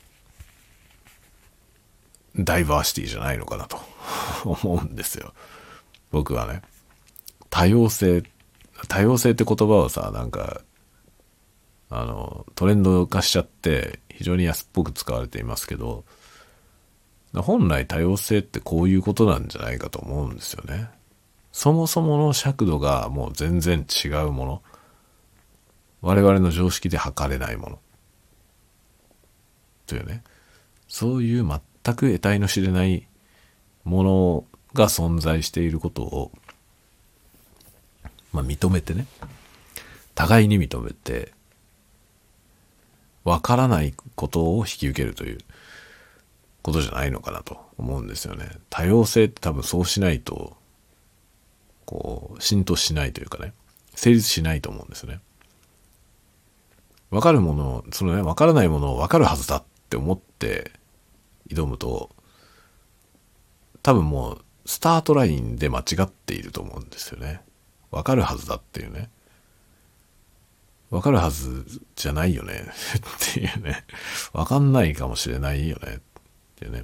ダイバーシティじゃないのかなと思うんですよ。僕はね。多様性って言葉はさ、なんかトレンド化しちゃって非常に安っぽく使われていますけど、本来多様性ってこういうことなんじゃないかと思うんですよね。そもそもの尺度がもう全然違うもの、我々の常識で測れないものというね、そういう全く得体の知れないものが存在していることを、まあ、認めてね、互いに認めて、わからないことを引き受けるということじゃないのかなと思うんですよね。多様性って多分そうしないと浸透しないというかね、成立しないと思うんですよね。わかるもの、そのね、わからないものをわかるはずだって思って挑むと、多分もうスタートラインで間違っていると思うんですよね。わかるはずだっていうね。わかるはずじゃないよねっていうね。わかんないかもしれないよねっていうね。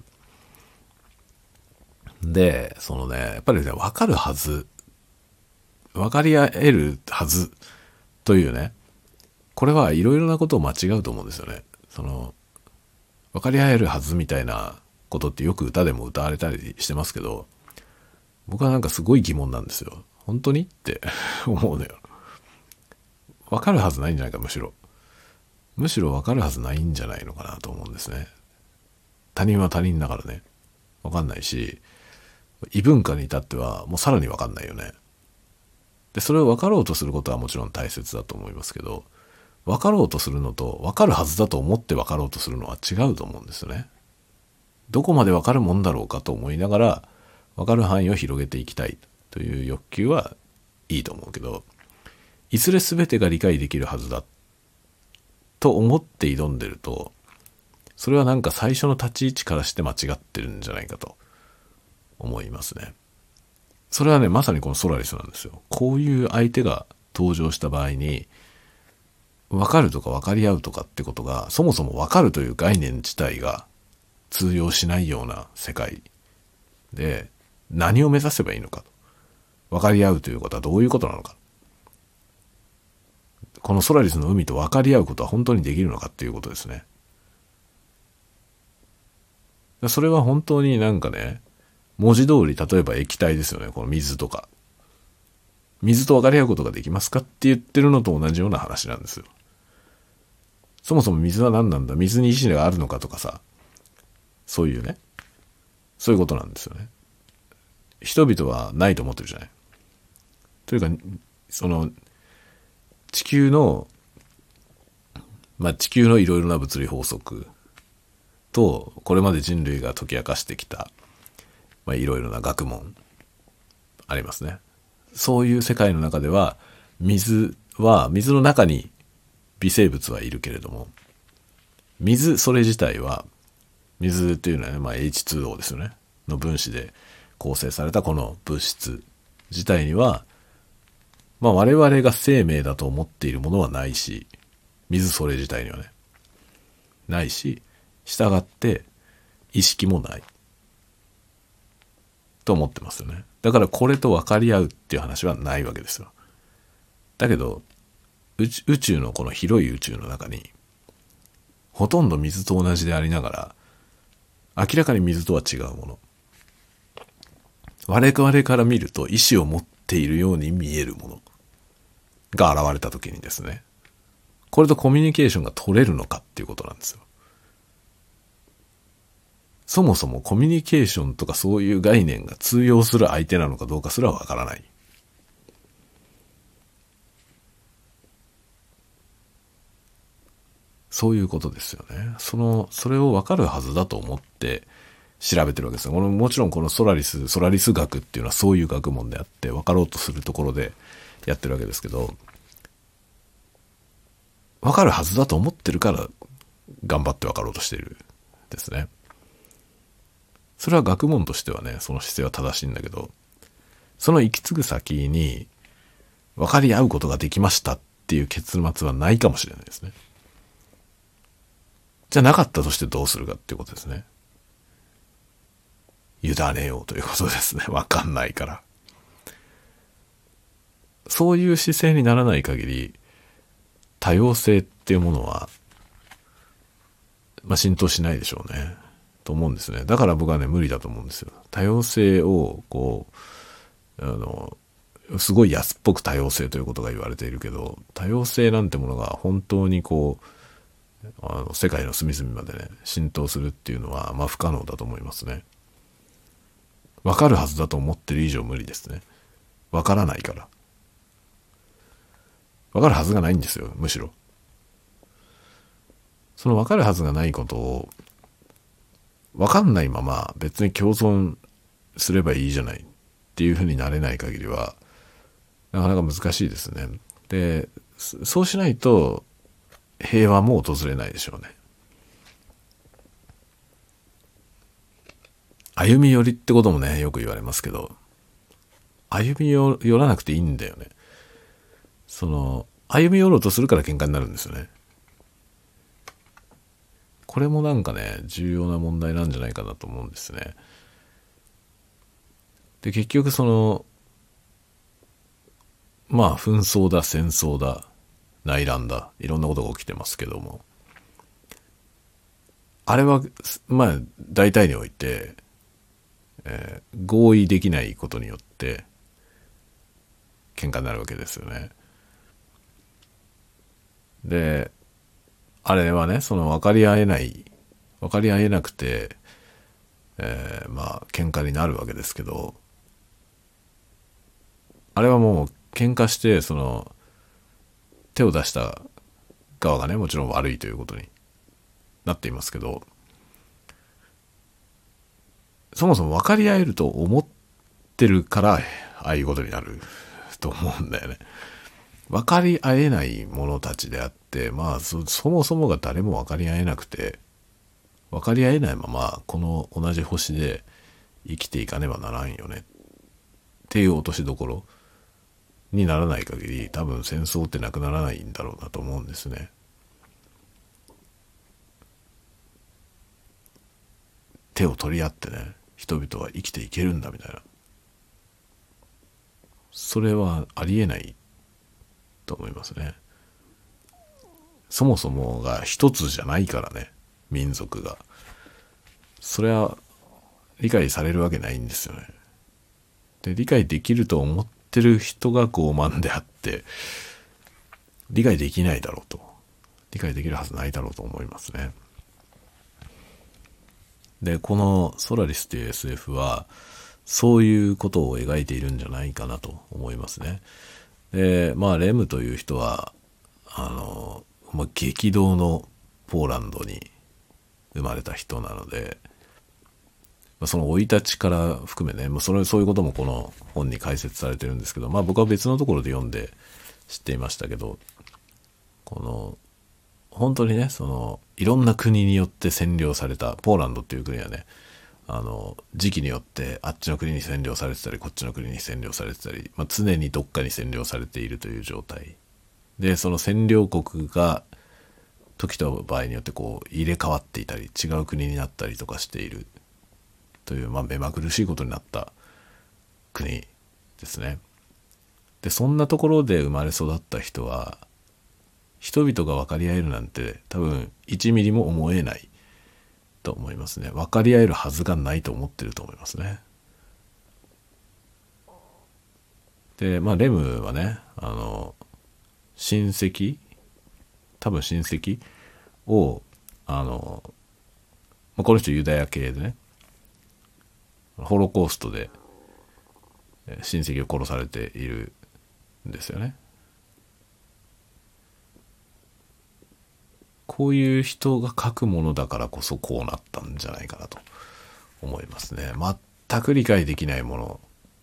で、そのね、やっぱりね、わかるはず、わかり合えるはずというね、これはいろいろなことを間違うと思うんですよね。わかり合えるはずみたいなことってよく歌でも歌われたりしてますけど、僕はなんかすごい疑問なんですよ。本当にって思うのよ。わかるはずないんじゃないか、むしろ。むしろわかるはずないんじゃないのかなと思うんですね。他人は他人だからね。わかんないし、異文化に至ってはもうさらにわかんないよね。で、それを分かろうとすることはもちろん大切だと思いますけど、分かろうとするのと分かるはずだと思って分かろうとするのは違うと思うんですよね。どこまで分かるもんだろうかと思いながら分かる範囲を広げていきたいという欲求はいいと思うけど、 いずれ全てが理解できるはずだと思って挑んでると、それはなんか最初の立ち位置からして間違ってるんじゃないかと思いますね。それはね、まさにこのソラリスなんですよ。こういう相手が登場した場合に、分かるとか分かり合うとかってことが、そもそも分かるという概念自体が通用しないような世界で、何を目指せばいいのかと。分かり合うということはどういうことなのか。このソラリスの海と分かり合うことは本当にできるのかっていうことですね。それは本当になんかね、文字通り例えば液体ですよね。この水とか。水と分かり合うことができますかって言ってるのと同じような話なんですよ。そもそも水は何なんだ、水に意志があるのかとかさ、そういうね、そういうことなんですよね。人々はないと思ってるじゃない。というか、その地球の地球のいろいろな物理法則と、これまで人類が解き明かしてきたいろいろな学問ありますね。そういう世界の中では、水の中に微生物はいるけれども、水それ自体は、水っていうのはね、H2O ですよねの分子で構成されたこの物質自体には、我々が生命だと思っているものはないし、水それ自体にはねないし、従って意識もないと思ってますよね。だからこれと分かり合うっていう話はないわけですよ。だけど宇宙のこの広い宇宙の中に、ほとんど水と同じでありながら、明らかに水とは違うもの、我々から見ると意志を持っているように見えるものが現れた時にですね、これとコミュニケーションが取れるのかっていうことなんですよ。そもそもコミュニケーションとかそういう概念が通用する相手なのかどうかすらわからない。そういうことですよね。それを分かるはずだと思って調べてるわけですよ。もちろんこのソラリス学っていうのはそういう学問であって、分かろうとするところでやってるわけですけど、分かるはずだと思ってるから頑張って分かろうとしているですね。それは学問としてはね、その姿勢は正しいんだけど、その行き継ぐ先に分かり合うことができましたっていう結末はないかもしれないですね。じゃなかったとしてどうするかっていうことですね。委ねようということですね。分かんないから。そういう姿勢にならない限り、多様性っていうものは、浸透しないでしょうね。と思うんですね。だから僕はね、無理だと思うんですよ。多様性を、すごい安っぽく多様性ということが言われているけど、多様性なんてものが本当に世界の隅々までね、浸透するっていうのは、不可能だと思いますね。わかるはずだと思ってる以上無理ですね。わからないから。わかるはずがないんですよ、むしろ。そのわかるはずがないことを、わかんないまま別に共存すればいいじゃないっていうふうになれない限りは、なかなか難しいですね。で、そうしないと平和も訪れないでしょうね。歩み寄りってこともね、よく言われますけど、歩み寄らなくていいんだよね。歩み寄ろうとするから喧嘩になるんですよね。これもなんかね、重要な問題なんじゃないかなと思うんですね。で、結局紛争だ、戦争だ、内乱だ、いろんなことが起きてますけども、あれは、大体において、合意できないことによって、喧嘩になるわけですよね。で、あれはね、分かり合えなくて、喧嘩になるわけですけど、あれはもう喧嘩して、手を出した側がね、もちろん悪いということになっていますけど、そもそも分かり合えると思ってるから、ああいうことになると思うんだよね。 分かり合えない者たちであって、まあそもそもが誰も分かり合えなくて、分かり合えないままこの同じ星で生きていかねばならんよねっていう落としどころにならない限り、多分戦争ってなくならないんだろうなと思うんですね。手を取り合ってね、人々は生きていけるんだみたいな、それはありえないと思いますね。そもそもが一つじゃないからね、民族が。それは理解されるわけないんですよね。で、理解できると思ってる人が傲慢であって、理解できないだろうと。理解できるはずないだろうと思いますね。で、このソラリスっていう SF は、そういうことを描いているんじゃないかなと思いますね。で、まあ、レムという人は、激動のポーランドに生まれた人なので、その生い立ちから含めね、そういうこともこの本に解説されてるんですけど、まあ僕は別のところで読んで知っていましたけど、この、本当にね、いろんな国によって占領された、ポーランドっていう国はね、時期によってあっちの国に占領されてたり、こっちの国に占領されてたり、常にどっかに占領されているという状態。で、その占領国が、時と場合によってこう入れ替わっていたり、違う国になったりとかしているという、目まぐるしいことになった国ですね。で、そんなところで生まれ育った人は、人々が分かり合えるなんて多分1ミリも思えないと思いますね。分かり合えるはずがないと思ってると思いますね。で、レムはね、親戚を、この人ユダヤ系でね、ホロコーストで親戚を殺されているんですよね。こういう人が書くものだからこそこうなったんじゃないかなと思いますね。全く理解できないもの、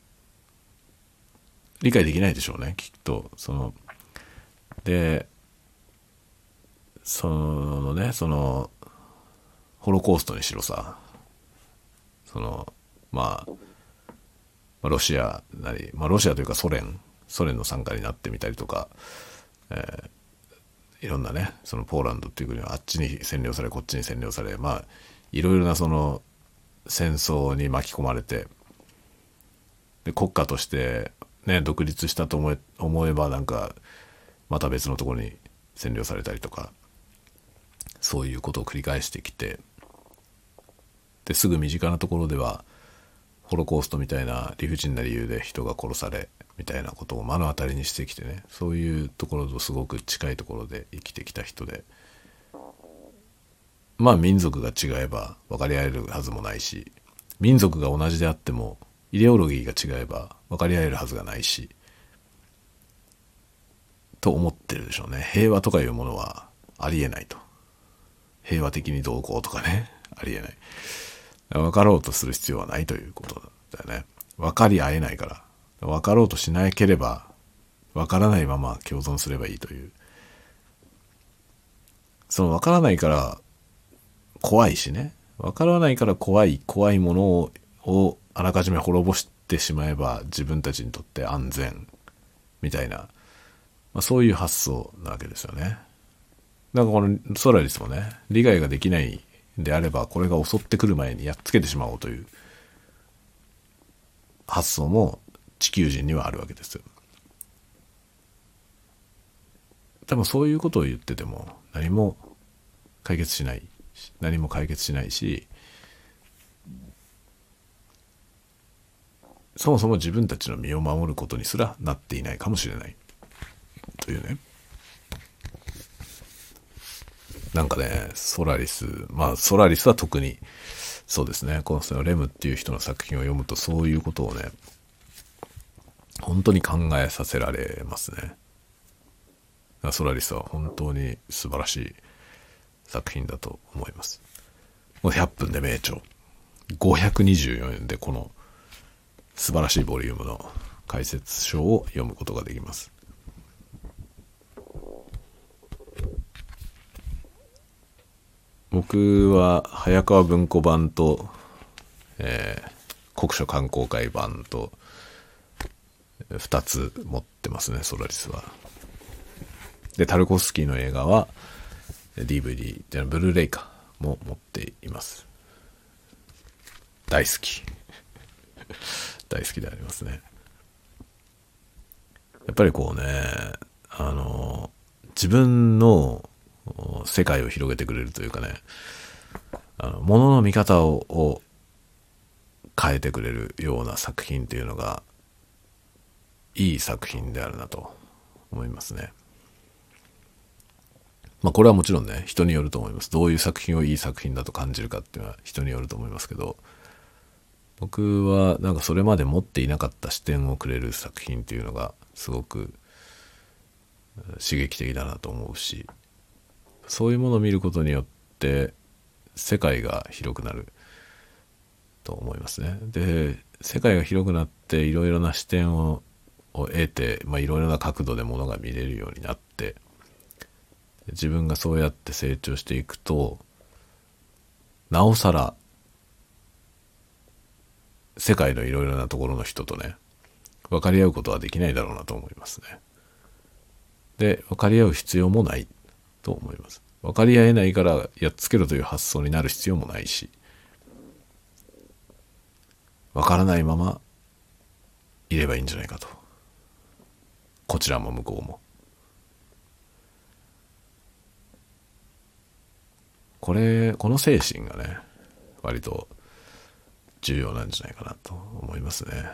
理解できないでしょうね、きっと。で、ホロコーストにしろさ、ロシアなり、ロシアというかソ連の参加になってみたりとか、いろんなね、ポーランドっていう国はあっちに占領され、こっちに占領され、いろいろな戦争に巻き込まれて、で、国家としてね、独立したと思えばなんか、また別のところに占領されたりとか、そういうことを繰り返してきて、で、すぐ身近なところでは、ホロコーストみたいな理不尽な理由で人が殺されみたいなことを目の当たりにしてきてね、そういうところとすごく近いところで生きてきた人で、民族が違えば分かり合えるはずもないし、民族が同じであってもイデオロギーが違えば分かり合えるはずがないし、と思ってるでしょうね。平和とかいうものはありえないと。平和的にどうこうとかね、ありえない。分かろうとする必要はないということだよね。分かり合えないから。分かろうとしなければ、分からないまま共存すればいいという。分からないから怖いしね。分からないから怖いものをあらかじめ滅ぼしてしまえば自分たちにとって安全みたいな、そういう発想なわけですよね。だからこのソラリスもね、理解ができないであればこれが襲ってくる前にやっつけてしまおうという発想も地球人にはあるわけですよ。多分そういうことを言ってても何も解決しないし、そもそも自分たちの身を守ることにすらなっていないかもしれないというね。なんかね、ソラリスは特にそうですね。このレムっていう人の作品を読むとそういうことをね、本当に考えさせられますね。ソラリスは本当に素晴らしい作品だと思います。100分で名著。524円でこの素晴らしいボリュームの解説書を読むことができます。 僕は早川文庫版と、国書観光会版と2つ持ってますね、ソラリスは。でタルコフスキーの映画は DVD じゃブルーレイかも持っています。大好き大好きでありますね。やっぱりこうね、自分の世界を広げてくれるというかね、物の見方を変えてくれるような作品っていうのがいい作品であるなと思いますね。まあこれはもちろんね、人によると思います。どういう作品をいい作品だと感じるかっていうのは人によると思いますけど、僕はなんかそれまで持っていなかった視点をくれる作品っていうのがすごく刺激的だなと思うし、そういうものを見ることによって世界が広くなると思いますね。で、世界が広くなっていろいろな視点を得て、いろいろな角度でものが見れるようになって、自分がそうやって成長していくと、なおさら世界のいろいろなところの人とね、分かり合うことはできないだろうなと思いますね。で、分かり合う必要もないと思います。分かり合えないからやっつけろという発想になる必要もないし、分からないままいればいいんじゃないかと。こちらも向こうも。この精神がね、割と重要なんじゃないかなと思いますね。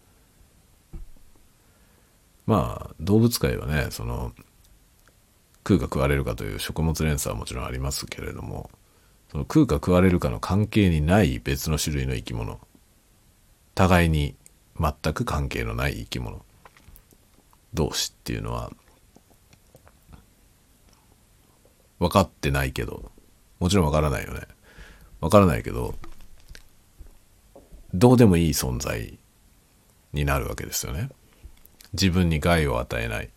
まあ動物界はね、その食うか食われるかという食物連鎖はもちろんありますけれども、その食うか食われるかの関係にない別の種類の生き物、互いに全く関係のない生き物同士っていうのは分かってないけど、もちろん分からないよね。分からないけど、どうでもいい存在になるわけですよね。自分に害を与えない、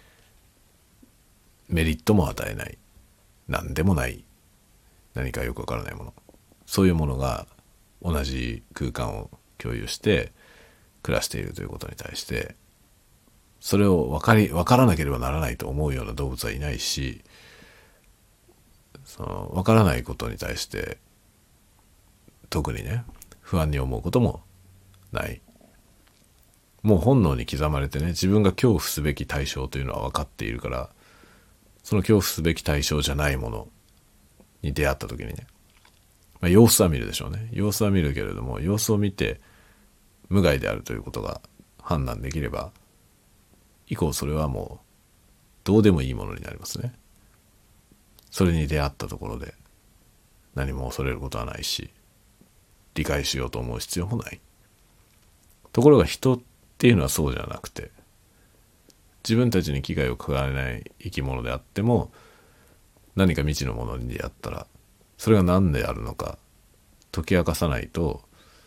メリットも与えない、何でもない、何かよく分からないもの、そういうものが同じ空間を共有して暮らしているということに対して、それを分からなければならないと思うような動物はいないし、その分からないことに対して特にね不安に思うこともない。もう本能に刻まれてね、自分が恐怖すべき対象というのは分かっているから、その恐怖すべき対象じゃないものに出会った時にね、様子は見るでしょうね。様子は見るけれども、様子を見て無害であるということが判断できれば、以降それはもうどうでもいいものになりますね。それに出会ったところで何も恐れることはないし、理解しようと思う必要もない。ところが人っていうのはそうじゃなくて、自分たちに危害を加えない生き物であっても、何か未知のものに出会ったら、それが何であるのか解き明かさないと、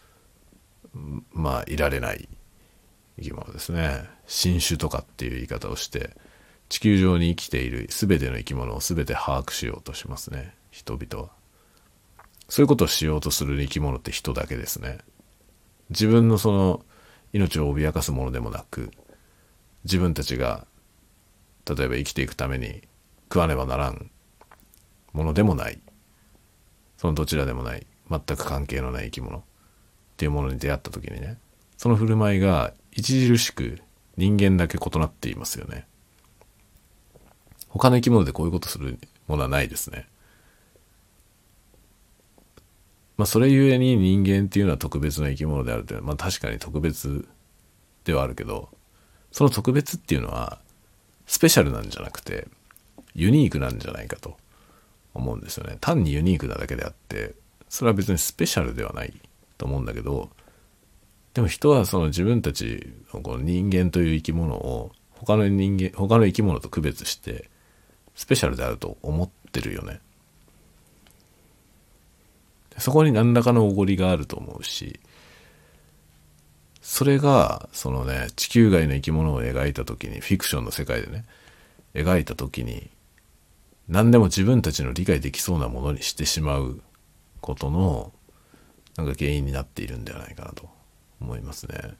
いられない生き物ですね。新種とかっていう言い方をして、地球上に生きている全ての生き物を全て把握しようとしますね、人々は。そういうことをしようとする生き物って人だけですね。自分のその命を脅かすものでもなく、自分たちが例えば生きていくために食わねばならんものでもない、そのどちらでもない、全く関係のない生き物っていうものに出会った時にね、その振る舞いが著しく人間だけ異なっていますよね。他の生き物でこういうことするものはないですね。それゆえに人間っていうのは特別な生き物であるというのは、確かに特別ではあるけど、その特別っていうのはスペシャルなんじゃなくてユニークなんじゃないかと思うんですよね。単にユニークなだけであって、それは別にスペシャルではないと思うんだけど、でも人はその自分たちのこの人間という生き物を他の生き物と区別してスペシャルであると思ってるよね。そこに何らかのおごりがあると思うし、それがそのね、地球外の生き物を描いた時に、フィクションの世界でね描いた時に何でも自分たちの理解できそうなものにしてしまうことのなんか原因になっているんではないかなと思いますね。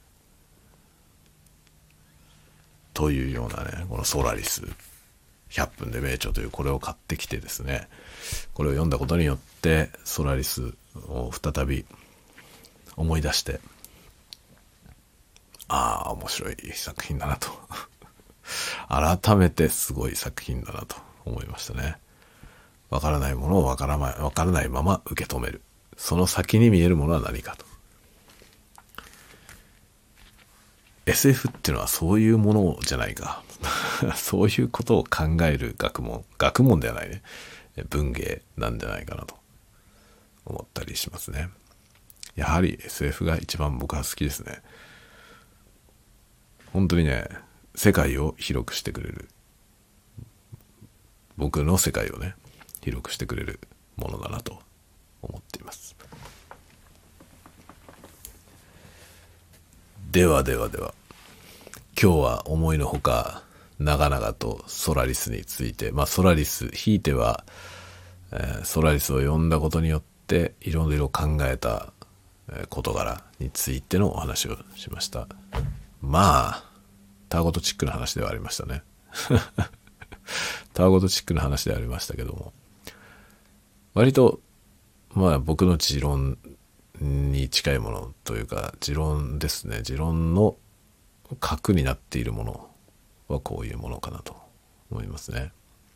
というようなね、このソラリス100分で名著というこれを買ってきてですね、これを読んだことによってソラリスを再び思い出して、ああ面白い作品だなと改めてすごい作品だなと思いましたね。わからないものをわからないまま受け止める、その先に見えるものは何かと。 SF っていうのはそういうものじゃないかそういうことを考える学問ではないね、文芸なんじゃないかなと思ったりしますね。やはり SF が一番僕は好きですね。本当にね、世界を広くしてくれる、僕の世界をね広くしてくれるものだなと思っています。では今日は思いのほか長々とソラリスについて、ソラリスひいては、ソラリスを読んだことによっていろいろ考えた事柄についてのお話をしました。たわごとチックな話ではありましたねたわごとチックな話ではありましたけども、割と僕の持論に近いものというか、持論ですね。持論の核になっているものはこういうものかなと思いますね。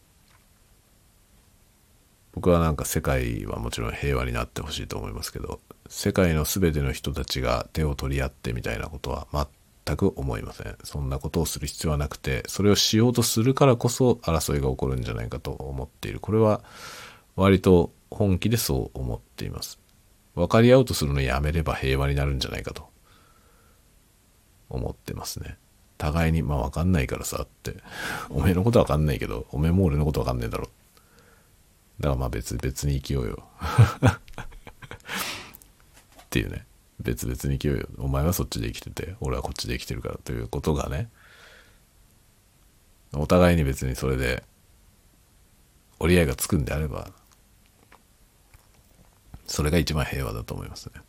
僕はなんか世界はもちろん平和になってほしいと思いますけど、世界のすべての人たちが手を取り合ってみたいなことは全く思いません。そんなことをする必要はなくて、それをしようとするからこそ争いが起こるんじゃないかと思っている。これは割と本気でそう思っています。分かり合おうとするのをやめれば平和になるんじゃないかと思ってますね。互いに分かんないからさっておめえのこと分かんないけどおめえも俺のこと分かんねえだろ、だから別々に生きようよっていうね、別々に生きようよ、お前はそっちで生きてて俺はこっちで生きてるからということがね、お互いに別にそれで折り合いがつくんであれば、それが一番平和だと思いますね。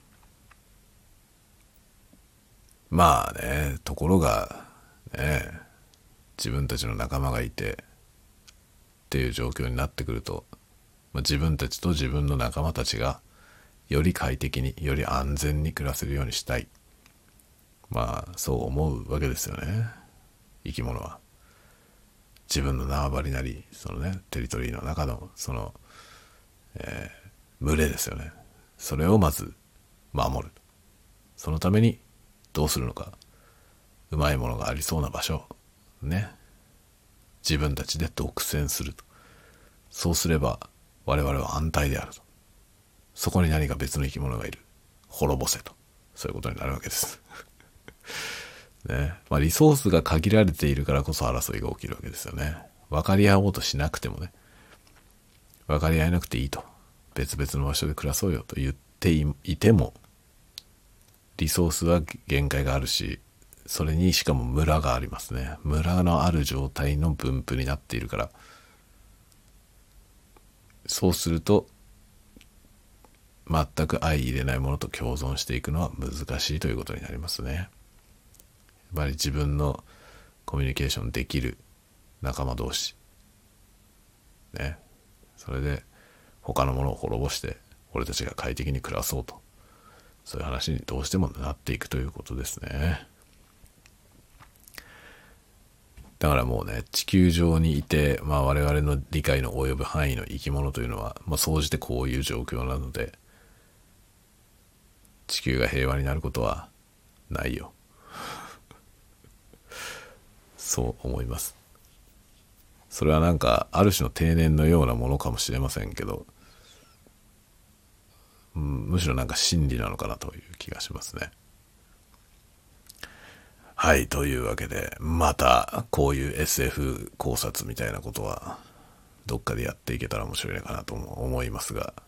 ところがね、自分たちの仲間がいてっていう状況になってくると、自分たちと自分の仲間たちがより快適により安全に暮らせるようにしたい、そう思うわけですよね。生き物は自分の縄張りなりそのねテリトリーの中のその、群れですよね。それをまず守る。そのためにどうするのか、うまいものがありそうな場所ね、自分たちで独占すると。そうすれば我々は安泰であると。そこに何か別の生き物がいる、滅ぼせと、そういうことになるわけですね。リソースが限られているからこそ争いが起きるわけですよね。分かり合おうとしなくてもね、分かり合えなくていいと、別々の場所で暮らそうよと言っていても、リソースは限界があるし、それにしかも村がありますね。村のある状態の分布になっているから、そうすると全く相入れないものと共存していくのは難しいということになりますね。やっぱり自分のコミュニケーションできる仲間同士ね、それで他のものを滅ぼして俺たちが快適に暮らそうと、そういう話にどうしてもなっていくということですね。だからもうね、地球上にいて、我々の理解の及ぶ範囲の生き物というのは、総じてこういう状況なので、地球が平和になることはないよそう思います。それはなんかある種の定年のようなものかもしれませんけど、むしろなんか真理なのかなという気がしますね。はい、というわけでまたこういう SF 考察みたいなことはどっかでやっていけたら面白いかなと思いますが、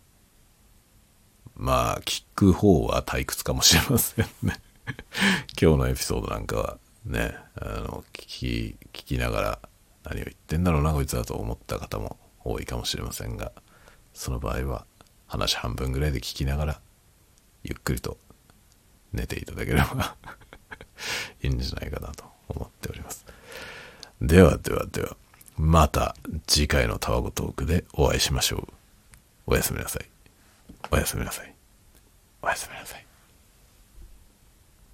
聞く方は退屈かもしれませんね今日のエピソードなんかはね、聞きながら何を言ってんだろうなこいつだと思った方も多いかもしれませんが、その場合は話半分ぐらいで聞きながらゆっくりと寝ていただければいいんじゃないかなと思っております。ではまた次回のたわごトークでお会いしましょう。おやすみなさい。おやすみなさい。おやすみなさい。